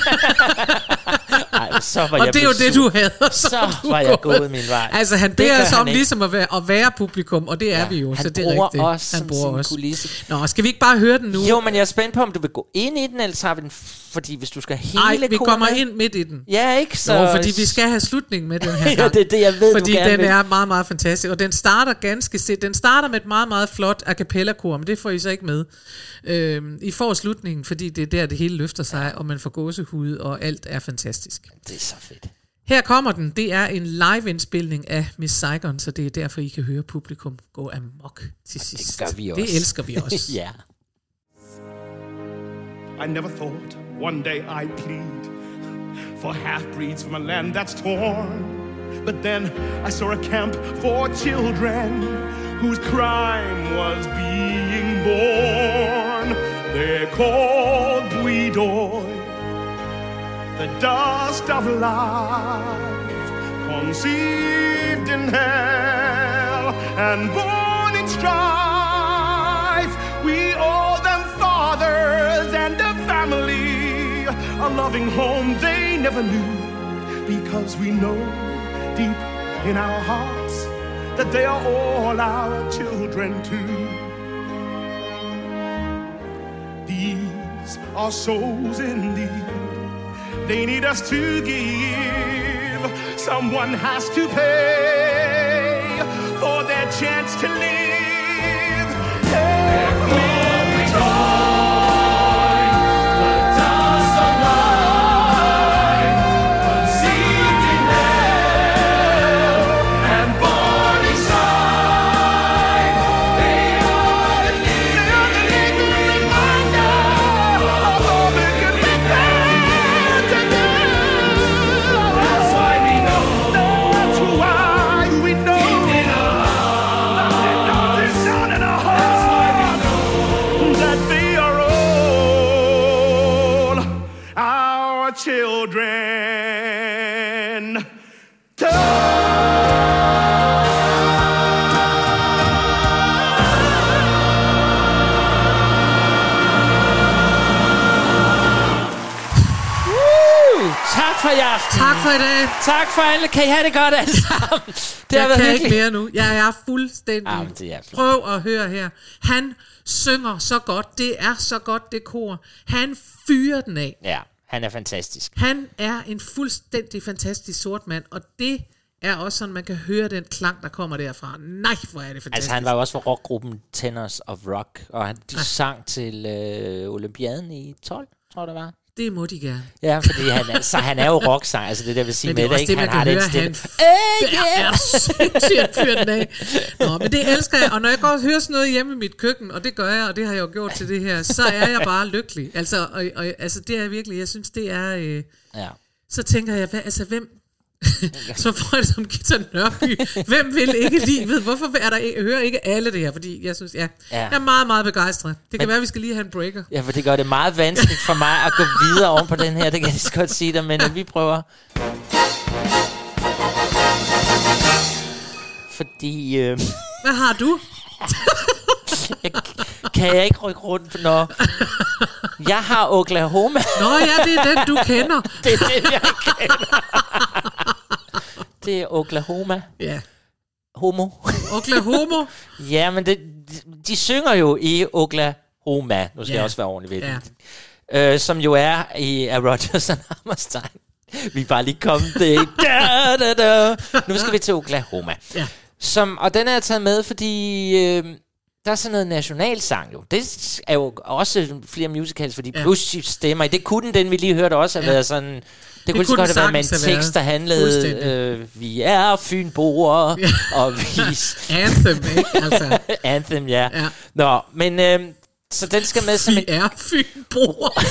Ej, så var og jeg det er jo det, du havde. Så, så var jeg gået min vej. Altså, han beder os om ligesom at være, at være publikum, og det er ja, vi jo, så det er rigtigt. Os han bruger os kulisse. Nå, skal vi ikke bare høre den nu? Jo, men jeg er spændt på, om du vil gå ind i den, eller tager vi den, fordi hvis du skal hele Nej, vi kommer med, ind midt i den. Ja, ikke? Så jo, fordi vi skal have slutningen med den her gang. Ja, det er det, jeg ved, fordi du gerne den vil. er meget, meget fantastisk, og den starter ganske set. Den starter med et meget, meget flot a cappella-kor, men det får I så ikke med. Øhm, I får slutningen, fordi det er der, det hele løfter sig, ja. og man får gåsehud, og alt er fantastisk. Det er så fedt. Her kommer den. Det er en live-indspilning af Miss Saigon, så det er derfor, I kan høre publikum gå amok til sidst. Det gør vi også. Det elsker vi også. Ja. I never thought one day I'd plead for half-breeds from a land that's torn. But then I saw a camp for children whose crime was being born. They're called Buidoy, the dust of life, conceived in hell. and born in strife. We owe them fathers and a family, a loving home they never knew, because we know deep in our hearts that they are all our children too. These are souls indeed. They need us to give. Someone has to pay for their chance to live. Therefore we join the dust of life, conceived in hell and born inside. They are the living reminder of all that can be found to do. That's why we know. That's why we know. Children. Tak for i aften. Tak for i dag. Tak for alle. Kan I have det godt alle sammen? Det jeg har været kan hyggeligt. ikke mere nu. Jeg er fuldstændig. Ah, det er Prøv at høre her. Han synger så godt. Det er så godt, det kor. Han fyrer den af. Ja, han er fantastisk. Han er en fuldstændig fantastisk sort mand, og det er også sådan, man kan høre den klang, der kommer derfra. Nej, hvor er det fantastisk. Altså, han var jo også for rockgruppen Tenors of Rock, og han, de ah. sang til øh, Olympiaden i tolv, tror jeg det var. Det må de gerne. Ja, fordi han er, så han er jo rocksang, altså det der vil sige med det, ikke? Han har det, den stemme. Han f- øh, yeah. er sindssygt at fyre den af. Nå, men det elsker jeg, og når jeg går og hører sådan noget hjemme i mit køkken, og det gør jeg, og det har jeg jo gjort til det her, så er jeg bare lykkelig. Altså, og, og, altså det er virkelig, jeg synes, det er... Øh, ja. Så tænker jeg, hvad, altså hvem... så får jeg det som Gita Nørby. Hvem vil ikke livet? Hvorfor er der ikke, hører ikke alle det her? Fordi jeg synes, ja, ja. jeg er meget, meget begejstret. Det kan men, være, at vi skal lige have en breaker. Ja, for det gør det meget vanskeligt for mig at gå videre oven på den her. Det kan jeg så godt sige dig, men vi prøver. Fordi... Øh, hvad har du? jeg, kan jeg ikke rykke rundt, når... Jeg har Oklahoma. Nå ja, det er den, du kender. Det er den, jeg kender. Det er Oklahoma. Ja. Homo. Oklahoma? Ja, men det, de, de synger jo i Oklahoma. Nu skal ja. jeg også være ordentlig ved det. Ja. Øh, som jo er i uh, Rodgers and Hammerstein. Vi er bare lige kommet det. Da, da, da. Nu skal vi til Oklahoma. Ja. Som, og den er jeg taget med, fordi... Øh, der er sådan noget nationalsang jo. Det er jo også flere musicals, fordi ja. Pludselig stemmer i. Det kunne den, vi lige hørte, også have ja. været sådan... Det, det kunne lige godt have været med en tekst, der handlede... Øh, vi er fynboer, ja. og vi... Anthem, ikke? Altså. Anthem, ja. ja. Nå, men... Øh, så den skal med som vi en... er fynboer.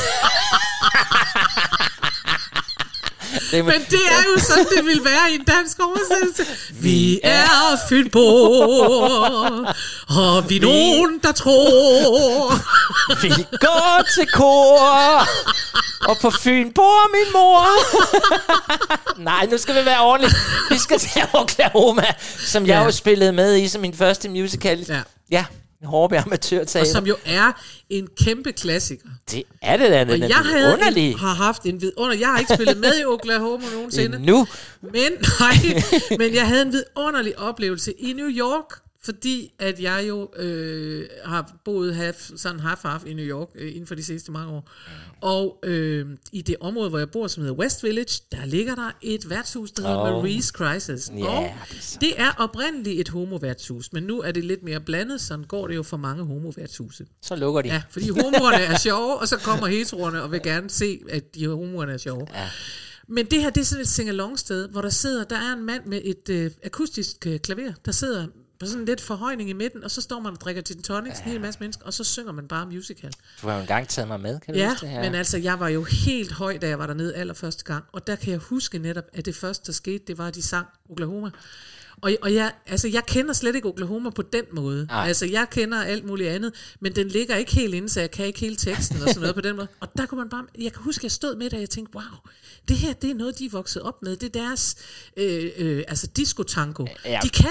Det men det er jo sådan, det vil være i en dansk oversættelse. Vi er fynboer, og vi er nogen, der tror. Vi går til kor, og på Fyn bor min mor. Nej, nu skal vi være ordentligt. Vi skal til Oklahoma, som jeg ja. jo spillede med i som min første musical. Ja. Ja. Hårde amatørteater. Og som jo er en kæmpe klassiker. Det er det da, den er underlig. Jeg har haft en vidunder. Jeg har ikke spillet med i Oklahoma nogensinde. Nu. Men, nej, men jeg havde en vidunderlig oplevelse i New York, fordi at jeg jo øh, har boet half, sådan half-half i New York øh, inden for de sidste mange år. Og øh, i det område, hvor jeg bor, som hedder West Village, der ligger der et værtshus, der hedder oh. Marie's Crisis. Yeah, og det er oprindeligt et homoværtshus, men nu er det lidt mere blandet, sådan går det jo for mange homoværtshuse. Så lukker de. Ja, fordi homoerne er sjove, og så kommer heteroerne og vil gerne se, at de homoerne er sjove. Ja. Men det her, det er sådan et sing-along sted, hvor der sidder, der er en mand med et øh, akustisk øh, klaver, der sidder på sådan lidt forhøjning i midten, og så står man og drikker gin tonics, ja. en hel masse mennesker, og så synger man bare musical. Du har jo engang taget mig med, kan du ja, huske det her? Men altså, jeg var jo helt høj, da jeg var dernede allerførste gang, og der kan jeg huske netop, at det første, der skete, det var, at de sang Oklahoma. Og, og jeg, altså, jeg kender slet ikke Oklahoma på den måde. Ej. Altså, jeg kender alt muligt andet, men den ligger ikke helt inde, så jeg kan ikke hele teksten og sådan noget på den måde. Og der kunne man bare, jeg kan huske, at jeg stod med det, og jeg tænkte, wow, det her, det er noget, de er vokset op med. Det er deres, øh, øh, altså, disco-tango. Ja. De kan det.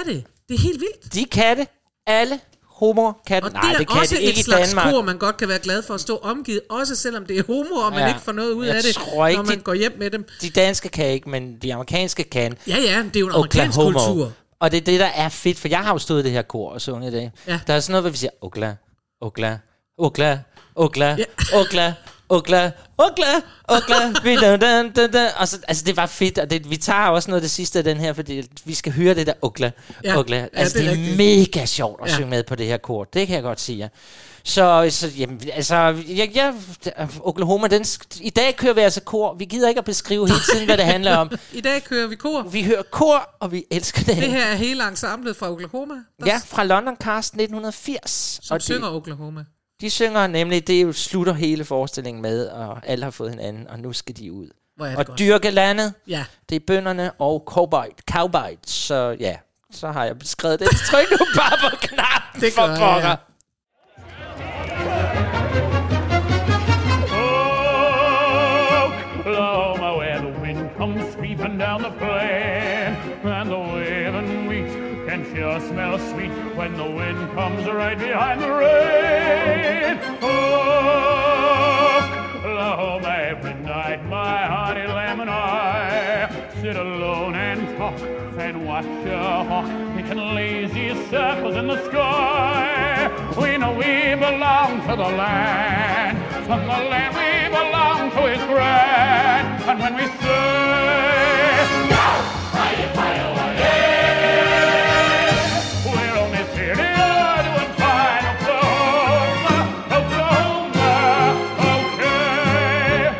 Det er helt vildt. De katte, alle homo kan. Og Nej, det er det kan også det ikke et slags i Danmark. kor, man godt kan være glad for at stå omgivet, også selvom det er homo, og man Ja. ikke får noget ud Jeg af det, tror ikke, når man de- går hjem med dem. De danske kan ikke, men de amerikanske kan. Ja, ja, det er jo en amerikansk Oklahoma. kultur. Og det er det, der er fedt, for jeg har jo stået i det her kor og sunget i dag. Ja. Der er sådan noget, hvor vi siger, Okla, Okla, Okla, Okla, Ja. Okla, Okla, Okla, Okla, vi da, da, da, da. Og så, altså det var fedt, og det, vi tager også noget af det sidste af den her, fordi vi skal høre det der Okla, Ja. Okla. Ja, Altså det er det er rigtigt. mega sjovt at Ja. synge med på det her kor, det kan jeg godt sige, ja. Så, så jamen, altså, jeg, jeg, Oklahoma, den, i dag kører vi altså kor. Vi gider ikke at beskrive hele tiden, hvad det handler om. I dag kører vi kor. Vi hører kor, og vi elsker det. Det her er hele ensemblet fra Oklahoma, der Ja, fra London Cast nitten firs. som Og synger de, Oklahoma. de synger nemlig, det jo slutter hele forestillingen med, og alle har fået hinanden, og nu skal de ud. Hvor er det Og godt. dyrke landet, Ja. det er bønderne og cowboy, cowboy. Så ja, så har jeg beskrevet det. Tryk nu bare på knappen Det for gør jeg, pokker. ja. Oklahoma, where the wind comes sweeping down the plain, and the waving wheat can sure smell sweet when the wind comes right behind the rain. Oklahoma, every night my honey lamb and I sit alone and talk and watch a hawk making lazy circles in the sky. We know we belong to the land, from the land we belong to is grand. And when we say, go, we're only sitting here doing fine. Oklahoma, Oklahoma, okay.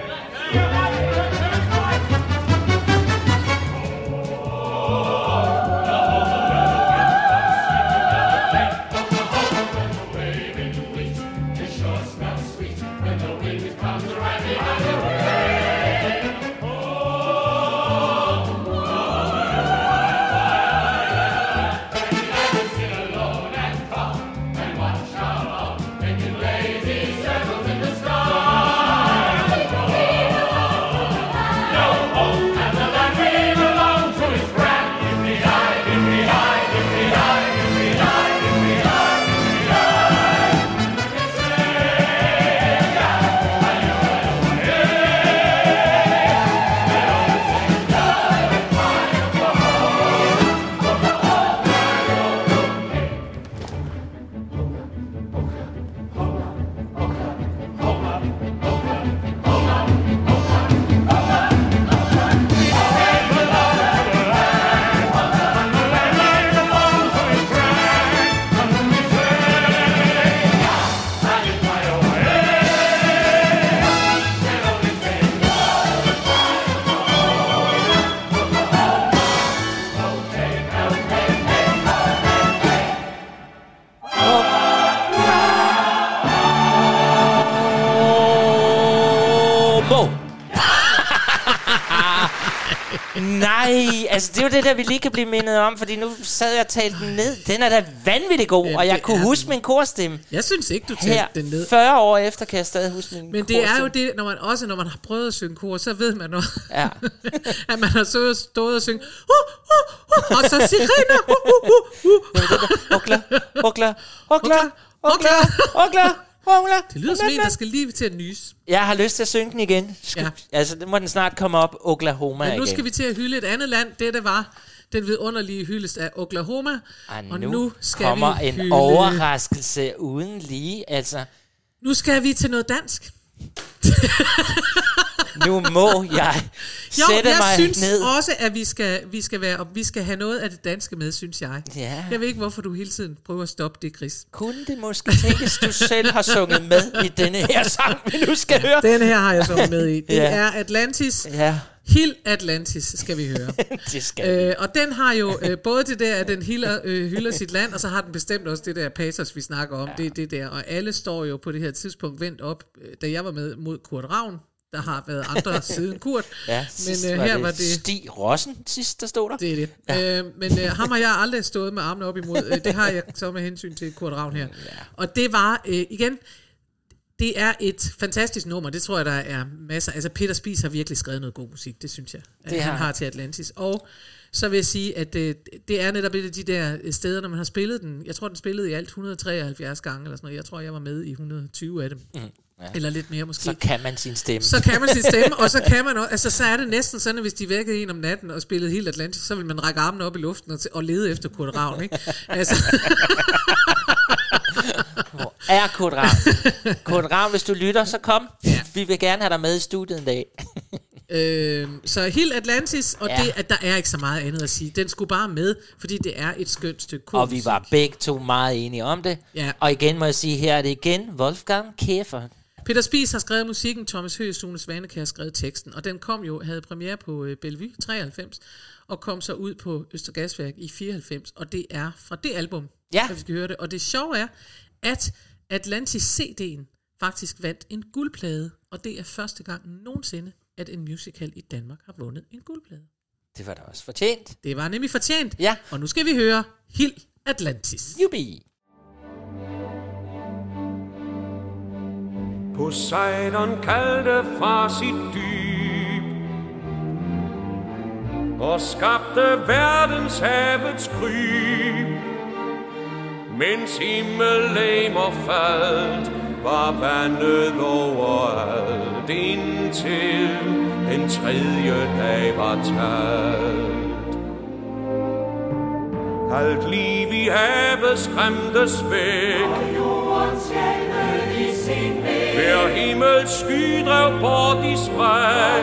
Nej, altså det er jo det der, vi lige kan blive mindet om, fordi nu sad jeg og talte den ned. Den er da vanvittig god, Ja, og jeg det kunne er huske den. min korstemme. Jeg synes ikke, du Her, talte den ned. fyrre år efter, kan jeg stadig huske min Men det er jo korstemme. det, når man også når man har prøvet at synge kor, så ved man også, Ja. at man har stået, stået og synge, uh, uh, uh, og så sirener, uh, uh, uh, uh. Okla, okla, okla, okla, okla, okla. Det lyder som en, der skal lige til at nyse. Jeg har lyst til at synge den igen. Skal, Ja. Altså, det må den snart komme op, Oklahoma Men nu igen. skal vi til at hylde et andet land. Dette var den vidunderlige hyldest af Oklahoma. Og Og nu, nu skal kommer vi en hylde- overraskelse uden lige. Altså, Nu skal vi til noget dansk. nu må jeg Jo, sætte jeg mig synes ned. også, at vi skal, vi skal være, og vi skal have noget af det danske med, synes jeg. Ja. Jeg ved ikke, hvorfor du hele tiden prøver at stoppe det, Chris. Kunne det måske tænkes, du selv har sunget med i denne her sang, vi nu skal høre? Den her har jeg så med i. Det Ja. er Atlantis. Ja, Hill Atlantis skal vi høre. det skal vi. øh, og den har jo øh, både det der, at den hylder, øh, hylder sit land, og så har den bestemt også det der patos, vi snakker om. Ja. Det, det der. Og alle står jo på det her tidspunkt vendt op, øh, da jeg var med mod Kurt Ravn. Der har været andre siden Kurt. Ja, sidst men øh, var her det var det... Stig Rossen, sidst der stod der. Det er det. Ja. Øh, men øh, ham har jeg aldrig stået med armene op imod. Øh, det har jeg så med hensyn til Kurt Ravn her. Ja. Og det var, øh, igen, det er et fantastisk nummer, det tror jeg, der er masser. Altså Peter Spies har virkelig skrevet noget god musik, det synes jeg, det han har. har til Atlantis. Og så vil jeg sige, at det, det er netop et af de der steder, når man har spillet den, jeg tror, den spillede i alt et hundrede og treoghalvfjerds gange, eller sådan noget. Jeg tror, jeg var med i et hundrede og tyve af dem. Mm. Ja. Eller lidt mere måske. Så kan man sin stemme. Så kan man sin stemme, og så kan man også, altså så er det næsten sådan, at hvis de vækkede en om natten og spillede helt Atlantis, så vil man række armene op i luften og, t- og lede efter Kurt Ravn, ikke? Altså. Hvor er Kurt Ravn? Kurt Ravn, hvis du lytter, så kom. Ja. Vi vil gerne have dig med i studiet en dag. øh, så helt Atlantis, og ja. det, at der er ikke så meget andet at sige. Den skulle bare med, fordi det er et skønt stykke kunst. Og vi var begge to meget enige om det. Ja. Og igen må jeg sige, her er det igen Wolfgang Kiefer. Peter Spies har skrevet musikken, Thomas Høgh, Sune Svanekær har skrevet teksten, og den kom jo, havde premiere på øh, Bellevue treoghalvfems, og kom så ud på Østergasværk i fireoghalvfems, og det er fra det album, ja. at vi skal høre det. Og det sjove er, at Atlantis C D'en faktisk vandt en guldplade, og det er første gang nogensinde, at en musical i Danmark har vundet en guldplade. Det var da også fortjent. Det var nemlig fortjent, ja. Og nu skal vi høre Hild Atlantis. Jubi! Poseidon kaldte fra sit dyb og skabte verdens havets kryb. Mens himmellegemer faldt, var vandet overalt, indtil den tredje dag var talt. Alt liv i havet skræmtes væk, og jorden skælvede i sin væg. Hver himmels sky drev bort i spræg,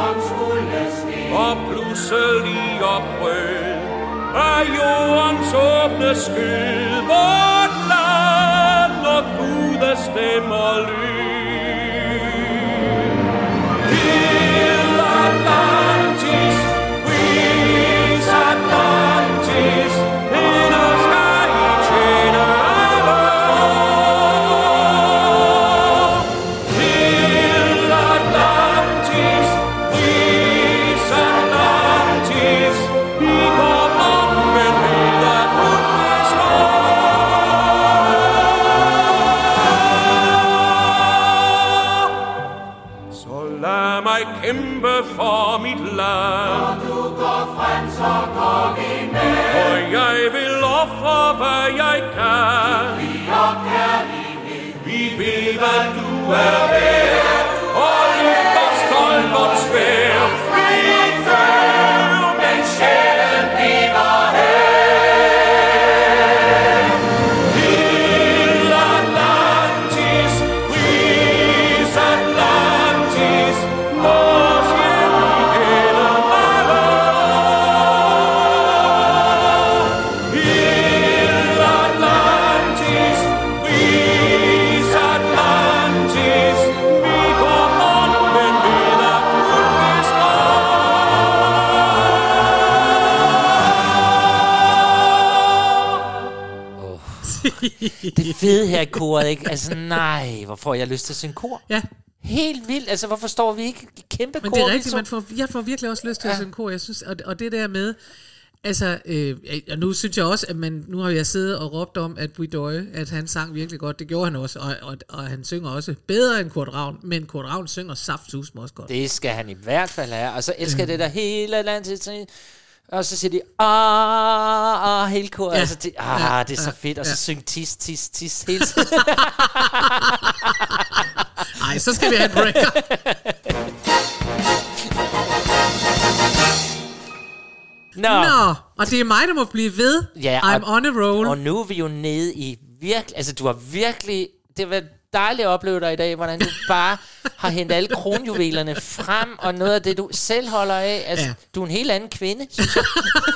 og pludselig opbrød af jordens åbne skyld vort land, og Guds stemmer lyd. Hild Atlantis, vis Atlantis, hende skal I tjene alle. Hild Atlantis, vis Atlantis, I går om, men vil at hun består. Så lad mig kæmpe for mit land. Når du går frem, så går vi med. Og jeg vil ofre, hvad jeg kan. Vi og kærlighed. Vi ved, hvad du er værd. Og løfter stolt vort sværd. Vi dør, men sjælen bliver her. Hild Atlantis, vis Atlantis, vores hjem igennem alle år. Hild Atlantis, vis Atlantis, vi går rundt, men ved at hun består. Det fede her i koret, ikke? Altså nej, hvor får jeg lyst til at synge kor? Ja. Helt vildt, altså hvorfor står vi ikke i kæmpe kor? Men det er rigtigt, man får, jeg får virkelig også lyst til ja. at synge kor, jeg synes, og, og det der med, altså, øh, og nu synes jeg også, at man, nu har jeg siddet og råbt om, at Buidøje, at han sang virkelig godt, det gjorde han også, og, og, og han synger også bedre end Kurt Ravn, men Kurt Ravn synger saftsusme også godt. Det skal han i hvert fald have, og så elsker øh. det der hele Atlantis, og så siger de, ah, ah, hele koret, ja. altså, det, ah, ja. det er så fedt, og så ja. syng tis, tis, tis hele tiden. Ej, så skal vi have en breaker. Nå. Nå, og det er mig, der må blive ved. Ja, I'm on a roll. Og nu er vi jo nede i virkelig, altså du har virkelig, det var dejligt at opleve dig i dag, hvordan du bare har hentet alle kronjuvelerne frem, og noget af det, du selv holder af. Altså, ja. Du er en helt anden kvinde, synes jeg.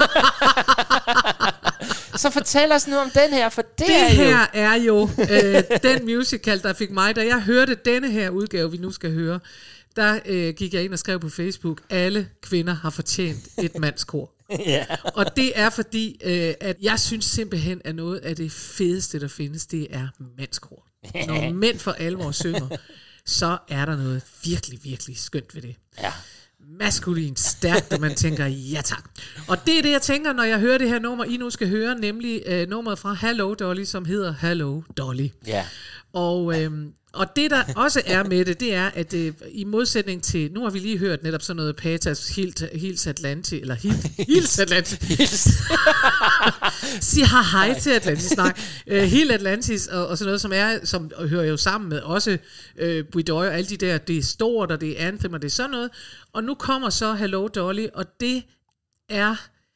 Så fortæl os nu om den her, for det, det er her jo... er jo øh, den musical, der fik mig, da jeg hørte denne her udgave, vi nu skal høre, der øh, gik jeg ind og skrev på Facebook, alle kvinder har fortjent et mandskor. Ja. Og det er fordi, øh, at jeg synes simpelthen, at noget af det fedeste, der findes, det er mandskor. Når mænd for alvor synger, så er der noget virkelig, virkelig skønt ved det. Ja. Maskulin, stærkt, og man tænker, ja tak. Og det er det, jeg tænker, når jeg hører det her nummer, I nu skal høre, nemlig øh, nummeret fra Hello Dolly, som hedder Hello Dolly. Ja. Og, øhm, Og det, der også er med det, det er, at øh, i modsætning til, nu har vi lige hørt netop sådan noget Patas, Hils Atlantis, eller Hils Atlantis. Sig har hej til Atlantis, nej. Øh, Hils Atlantis og, og sådan noget, som er, som hører jo sammen med også øh, Buidoy og alle de der, det er stort, og det er Anthem, og det er sådan noget. Og nu kommer så Hello Dolly, og det er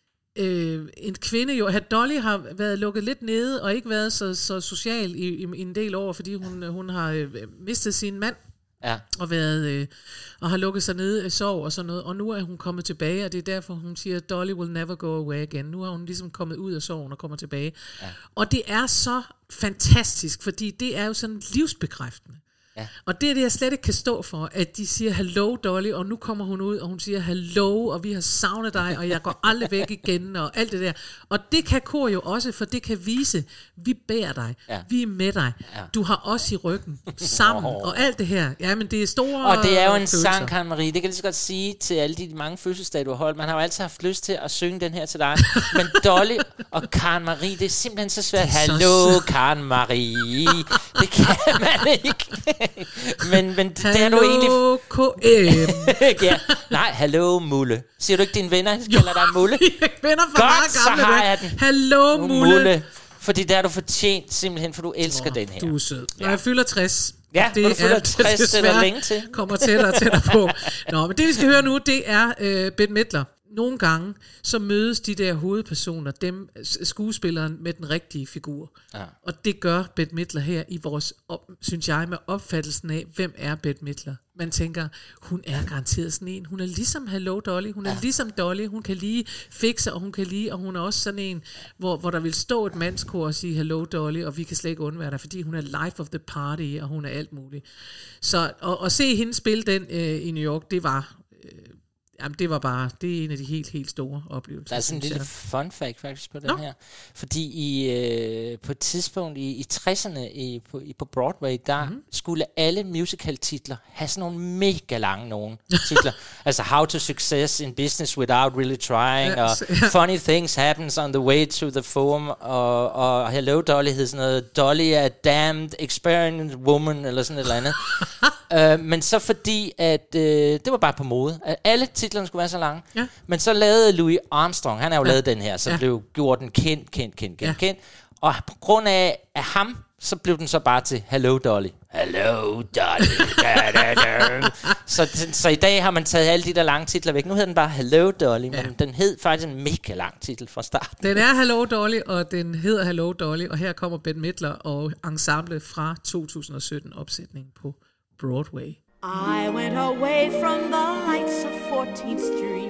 øh, en kvinde jo. Dolly har været lukket lidt nede, og ikke været så, så social i, i, i en del år, fordi hun, hun har øh, mistet sin mand, ja. og, været, øh, og har lukket sig nede i sorg og sådan noget. Og nu er hun kommet tilbage, og det er derfor, hun siger, Dolly will never go away again. Nu har hun ligesom kommet ud af sorgen og kommer tilbage. Ja. Og det er så fantastisk, fordi det er jo sådan livsbekræftende. Ja. Og det er det, jeg slet ikke kan stå for, at de siger, hello Dolly, og nu kommer hun ud, og hun siger, hello, og vi har savnet dig, og jeg går aldrig væk igen, og alt det der. Og det kan kor jo også, for det kan vise, vi bærer dig, ja. vi er med dig, ja. du har os i ryggen, sammen, oh. og alt det her. Ja, men det er store Og det er jo en følelser. sang, Karen Marie, det kan jeg lige så godt sige til alle de mange fødselsdage, du har holdt. Man har jo altid haft lyst til at synge den her til dig, men Dolly og Karen Marie, det er simpelthen så svært. Hallo, Karen Marie, det kan man ikke. men, men det er nu egentlig K M. ja. Nej, hallo Mulle. Siger du ikke dine venner, de kalder dig Mulle? Venner for godt, så har jeg den. Hallo Mulle. Mulle. Fordi det er du fortjent simpelthen, for du elsker oh, den her. Du er sød. Når ja. jeg fylder tres. Ja, det når du fylder tres, det er der længe til. Kommer tættere og tættere på. Nå, men det vi skal høre nu, det er øh, Bette Midler. Nogle gange, så mødes de der hovedpersoner, dem skuespilleren med den rigtige figur. Ja. Og det gør Bette Midler her i vores, op, synes jeg, med opfattelsen af, hvem er Bette Midler. Man tænker, hun er garanteret sådan en. Hun er ligesom Hello Dolly, hun er ja. ligesom Dolly, hun kan lige fikse, og hun kan lige, og hun er også sådan en, hvor, hvor der vil stå et mandskor og sige Hello Dolly, og vi kan slet ikke undvære dig, fordi hun er life of the party, og hun er alt muligt. Så at, at se hende spille den øh, i New York, det var... Øh, Jamen, det var bare, det er en af de helt, helt store oplevelser. Der er sådan en lille fun fact faktisk på den no. her. Fordi i, øh, på et tidspunkt i, i tresserne i, på, i, på Broadway, der mm-hmm. skulle alle musical-titler have sådan nogle mega lange nogle titler. Altså How to Success in Business Without Really Trying, ja, og ja. Funny Things Happens on the Way to the Forum, og, og Hello Dolly hed sådan noget, Dolly a Damned Experienced Woman, eller sådan et eller andet. uh, men så fordi, at uh, det var bare på mode, at alle titlerne skulle være så lange. Ja. Men så lavede Louis Armstrong, han har jo ja. lavet den her, så ja. blev gjort den kendt, kendt, kendt, kendt, ja. kendt. Og på grund af, af ham, så blev den så bare til Hello Dolly. Hello Dolly. da, da, da. Så, så i dag har man taget alle de der lange titler væk. Nu hedder den bare Hello Dolly, ja. men den hed faktisk en mega lang titel fra starten. Den er Hello Dolly, og den hedder Hello Dolly, og her kommer Bette Midler og ensemble fra to tusind og sytten opsætning på Broadway. I went away from the lights of fourteenth Street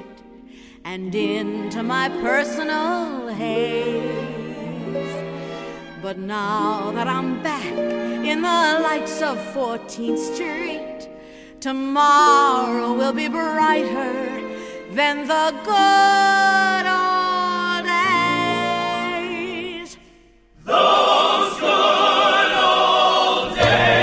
and into my personal haze. But now that I'm back in the lights of fourteenth Street, tomorrow will be brighter than the good old days. Those good old days.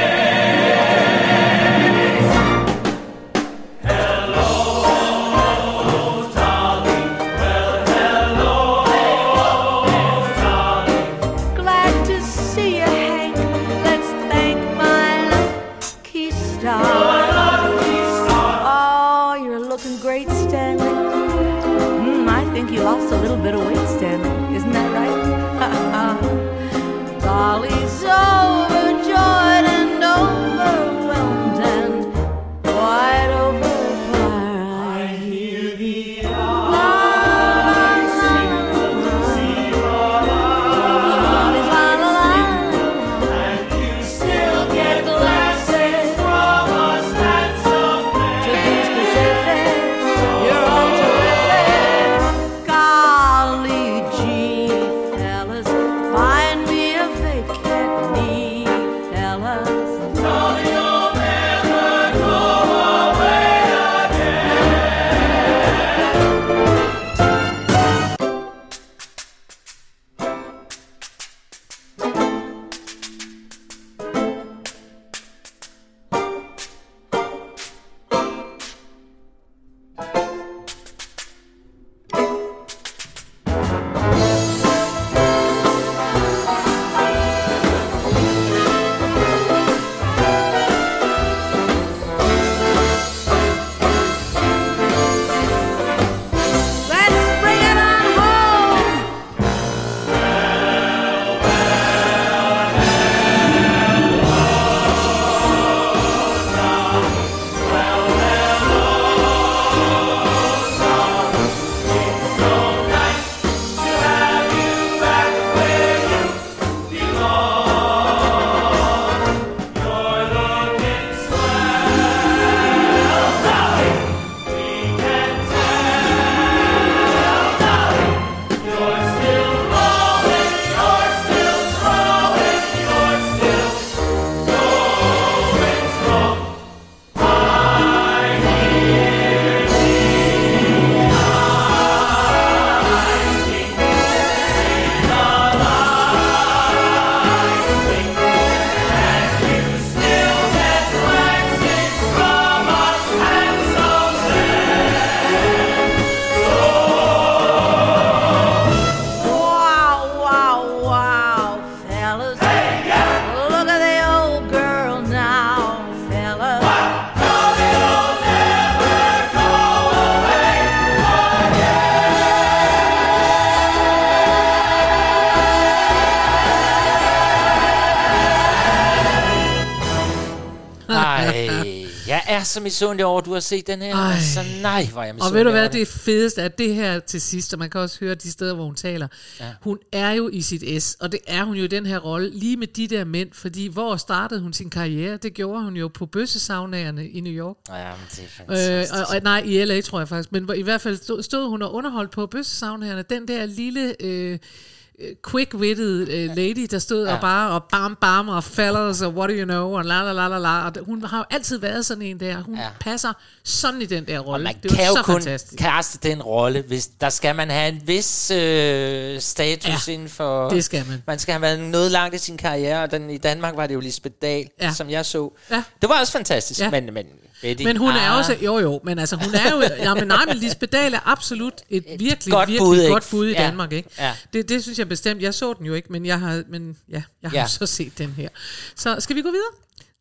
Ej, jeg er så misundelig over, at du har set den her. Ej. Altså, nej, hvor er jeg misundelig. Og ved du hvad, det er fedeste, at det her til sidst, og man kan også høre de steder, hvor hun taler, ja. Hun er jo i sit S, og det er hun jo i den her rolle, lige med de der mænd, fordi hvor startede hun sin karriere? Det gjorde hun jo på bøssesaunaerne i New York. Ja, men det er fantastisk. Øh, og, og, nej, i L A tror jeg faktisk, men i hvert fald stod, stod hun og underholdt på bøssesaunaerne, den der lille... Øh, quick-witted uh, lady, der stod ja. Og bare og bam bam og fellas og what do you know og la la la la la, og hun har jo altid været sådan en der, hun ja. Passer sådan i den der rolle. Og man det kan jo kun kaste den rolle, hvis der skal man have en vis øh, status ja, inden for, det skal man. Man skal have været noget langt i sin karriere, og den, i Danmark var det jo Lisbeth Dahl, ja. Som jeg så. Ja. Det var også fantastisk, ja. men, men Betty, men hun ah. er også, jo jo, men altså hun er jo, ja, men nej, men Lisbeth Dahl er absolut et virkelig, godt virkelig bud, godt bud i ja. Danmark, ikke? Ja. Det, det synes jeg bestemt, jeg så den jo ikke, men jeg har, men ja, jeg har ja. Så set den her. Så skal vi gå videre?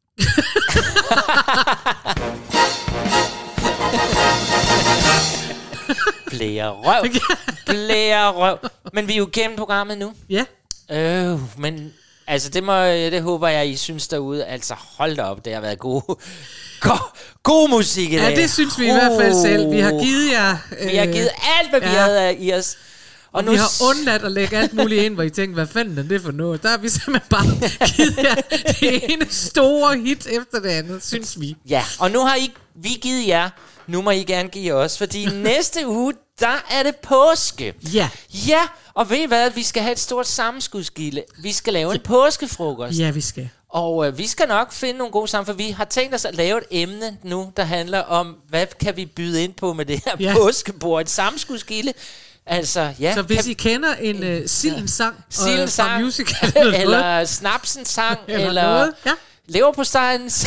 Blære røv, blære røv. Men vi er jo gennem programmet nu. Ja. Øh, men altså det må, det håber jeg I synes derude. Altså hold da op, det har været god, god, god musik i dag. Ja, det synes vi i hvert fald selv. Vi har givet jer. Øh, vi har givet alt, hvad vi ja. Havde i os. Og, og nu vi har undladt at lægge alt muligt ind, hvor I tænker, hvad fanden er det for noget? Der har vi simpelthen bare givet jer det ene store hit efter det andet, synes vi. Ja, og nu har I, vi givet jer, nu må I gerne give os, fordi næste uge, der er det påske. Ja. Ja, og ved I hvad, vi skal have et stort sammenskudskilde. Vi skal lave en påskefrokost. Ja, vi skal. Og øh, vi skal nok finde nogle gode sammen, for vi har tænkt os at lave et emne nu, der handler om, hvad kan vi byde ind på med det her ja. Påskebord? Et sammenskudskilde. Altså, ja. Så hvis kan I kender en uh, Sildensang ja. uh, fra musical eller, eller Snapsensang eller, eller ja. Leverpostejens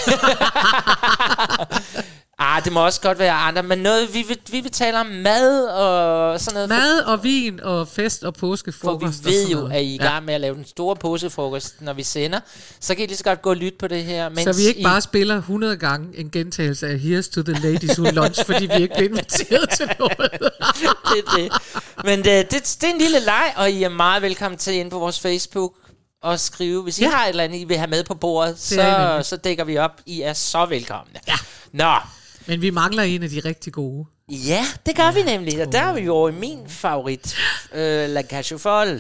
Ah, det må også godt være andre, men noget, vi vil, vi vil tale om mad og sådan noget. Mad og vin og fest og påskefrokost. For vi ved jo, at I er i gang ja. Med at lave den store påskefrokost, når vi sender. Så kan I lige så godt gå og lytte på det her. Så vi ikke I... bare spiller hundrede gange en gentagelse af Here's to the Ladies Who Lunch, fordi vi ikke bliver inviteret til noget. det er det. Men det, det, det er en lille leg, og I er meget velkommen til ind på vores Facebook og skrive. Hvis I ja. Har et eller andet, I vil have med på bordet, så, så dækker vi op. I er så velkomne. Ja. Nå. Men vi mangler en af de rigtig gode. Ja, det gør ja, vi nemlig. Og der er vi jo i min favorit. Øh, La Cage aux Folles.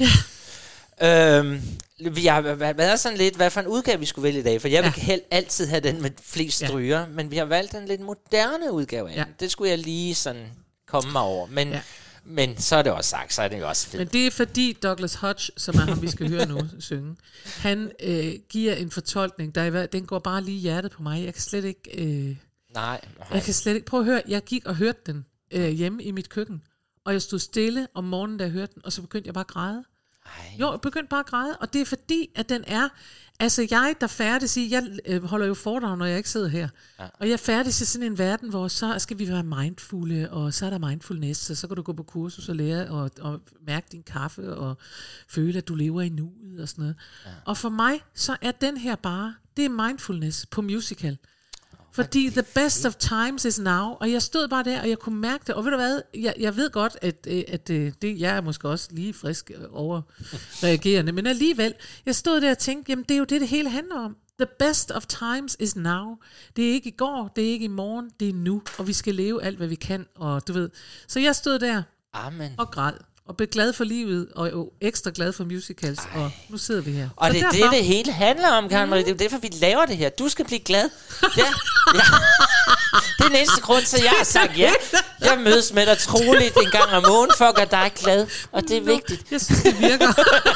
Ja. Øhm, vi har været sådan lidt, hvad for en udgave vi skulle vælge i dag. For jeg vil ja. Helt altid have den med flest stryger. Ja. Men vi har valgt en lidt moderne udgave af ja. Det skulle jeg lige sådan komme mig over. Men... Ja. Men så er det også sagt, så er det jo også fedt. Men det er fordi Douglas Hodge, som er ham, vi skal høre nu synge, han øh, giver en fortolkning, der er, den går bare lige i hjertet på mig. Jeg kan slet ikke... Øh, nej, nej. Jeg kan slet ikke... Prøv at høre, jeg gik og hørte den øh, hjemme i mit køkken, og jeg stod stille om morgenen, da jeg hørte den, og så begyndte jeg bare at græde. Ej. Jo, jeg begyndte bare at græde, og det er fordi, at den er... Altså jeg, der færdes i, jeg øh, holder jo foredrag, når jeg ikke sidder her, ja. Og jeg færdes i sådan en verden, hvor så skal vi være mindfulde, og så er der mindfulness, så, så kan du gå på kursus og lære og, og mærke din kaffe, og føle, at du lever i nuet og sådan noget. Ja. Og for mig, så er den her bare, det er mindfulness på musical. Fordi the best of times is now. Og jeg stod bare der, og jeg kunne mærke det. Og ved du hvad, jeg, jeg ved godt, at, at, at det, jeg er måske også lige frisk overreagerende. Men alligevel, jeg stod der og tænkte, jamen det er jo det, det hele handler om. The best of times is now. Det er ikke i går, det er ikke i morgen, det er nu. Og vi skal leve alt, hvad vi kan. Og du ved. Så jeg stod der Amen. Og græd. Og blev glad for livet, og jo ekstra glad for musicals, Ej. Og nu sidder vi her. Og så det er derfor... det, det hele handler om, Karen Marie. Det er derfor, vi laver det her. Du skal blive glad. Ja, ja. Det er den eneste grund til, at jeg har sagt ja. Jeg mødes med dig troligt en gang om måneden, for at gøre dig glad. Og det er Nå, vigtigt. Jeg synes, det virker.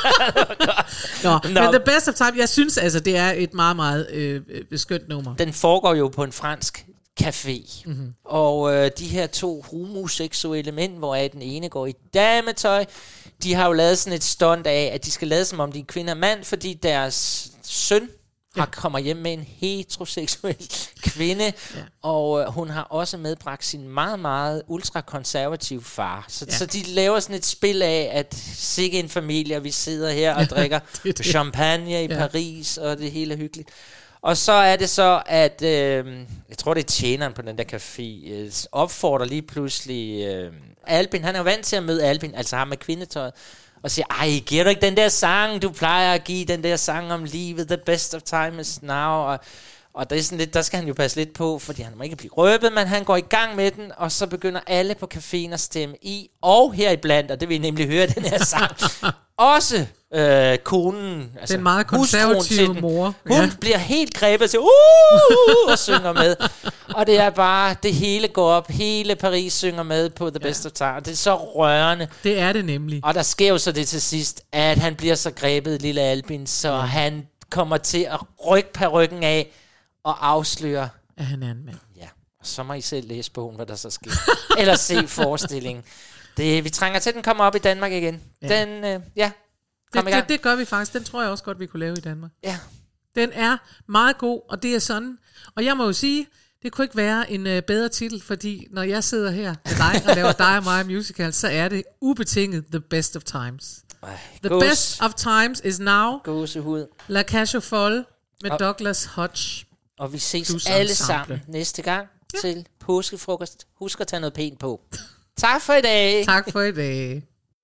Nå, Nå. Men The Best of Time, jeg synes altså, det er et meget, meget øh, skønt nummer. Den foregår jo på en fransk café. Mm-hmm. Og øh, de her to homoseksuelle mænd, hvor den ene går i dametøj, de har jo lavet sådan et stunt af, at de skal lade som om de er kvinde og mand, fordi deres søn ja. Har kommer hjem med en heteroseksuel kvinde, ja. Og øh, hun har også medbragt sin meget, meget ultrakonservative far. Så, ja. Så de laver sådan et spil af, at sikke en familie, og vi sidder her og drikker det det. champagne i ja. Paris, og det hele er hyggeligt. Og så er det så, at øh, jeg tror, det er tjeneren på den der café, øh, opfordrer lige pludselig øh, Albin. Han er jo vant til at møde Albin, altså ham med kvindetøjet, og siger, ej, giver du ikke den der sang, du plejer at give, den der sang om livet, the best of time is now, og, Og der, er sådan lidt, der skal han jo passe lidt på, fordi han må ikke blive røbet, men han går i gang med den, og så begynder alle på caféen at stemme i, og heriblandt, og det vil I nemlig høre den her sang, også øh, konen, altså den meget konservative den, mor. Hun ja. bliver helt grebet til, uh, og synger med. Og det er bare, det hele går op, hele Paris synger med på The ja. Best of Time, og det er så rørende. Det er det nemlig. Og der sker jo så det til sidst, at han bliver så grebet, lille Albin, så ja. han kommer til at rykke parykken af, og afsløre, at han er en mand. Ja, og så må I selv læse bogen, hvad der så sker. Eller se forestillingen. Det, vi trænger til, at den kommer op i Danmark igen. Ja. Den, øh, ja, det, det, det gør vi faktisk. Den tror jeg også godt, vi kunne lave i Danmark. Ja. Den er meget god, og det er sådan. Og jeg må jo sige, det kunne ikke være en uh, bedre titel, fordi når jeg sidder her med dig og laver dig og mig musical, så er det ubetinget The Best of Times. Ej, The gås. Best of Times is now Gåsehud. La Cage aux Folles med og, Douglas Hodge. Og vi ses alle sammen næste gang ja. til påskefrokost. Husk at tage noget pænt på. Tak for i dag. Tak for i dag.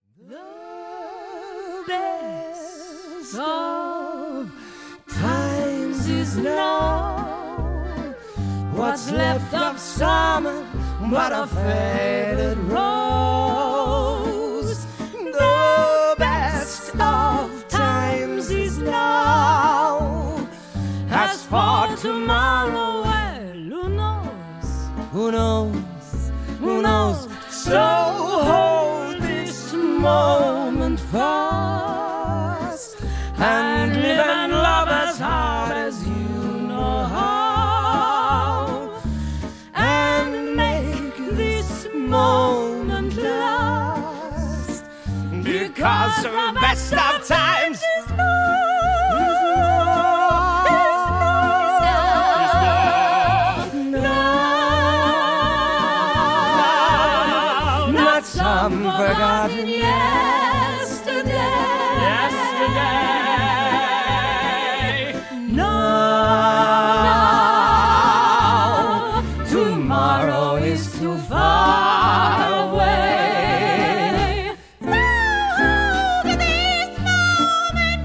The best of times is now. What's left of summer but a faded rose. The best of times is now. As for tomorrow, well, who knows? Who knows? Who knows? So hold this moment fast and live and love as hard as you know how, and make this moment last, because the best of times is now. Some forgotten yesterday. Yesterday. No. no. Tomorrow is too far away. So hold this moment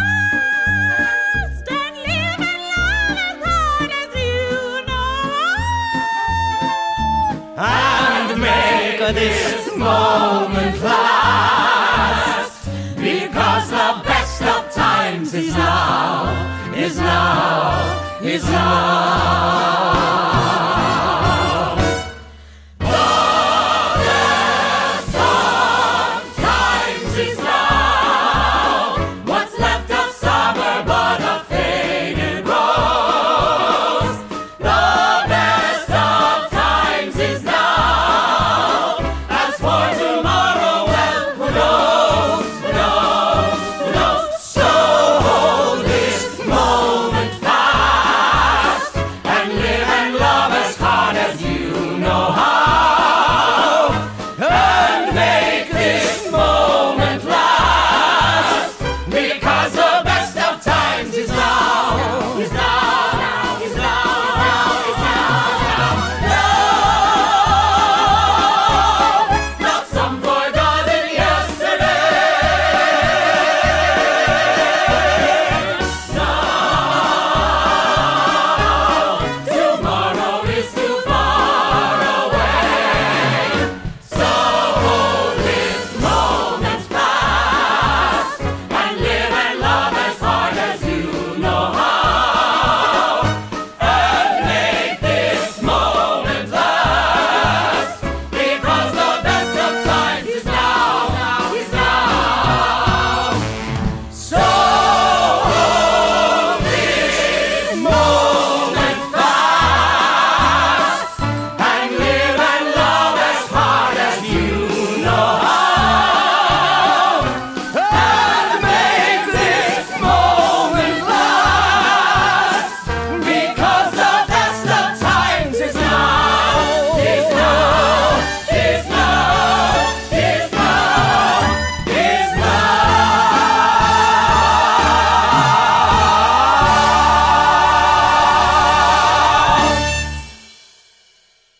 fast and live and love as hard as you know. And make this moment last, because the best of times is now, is now, is now.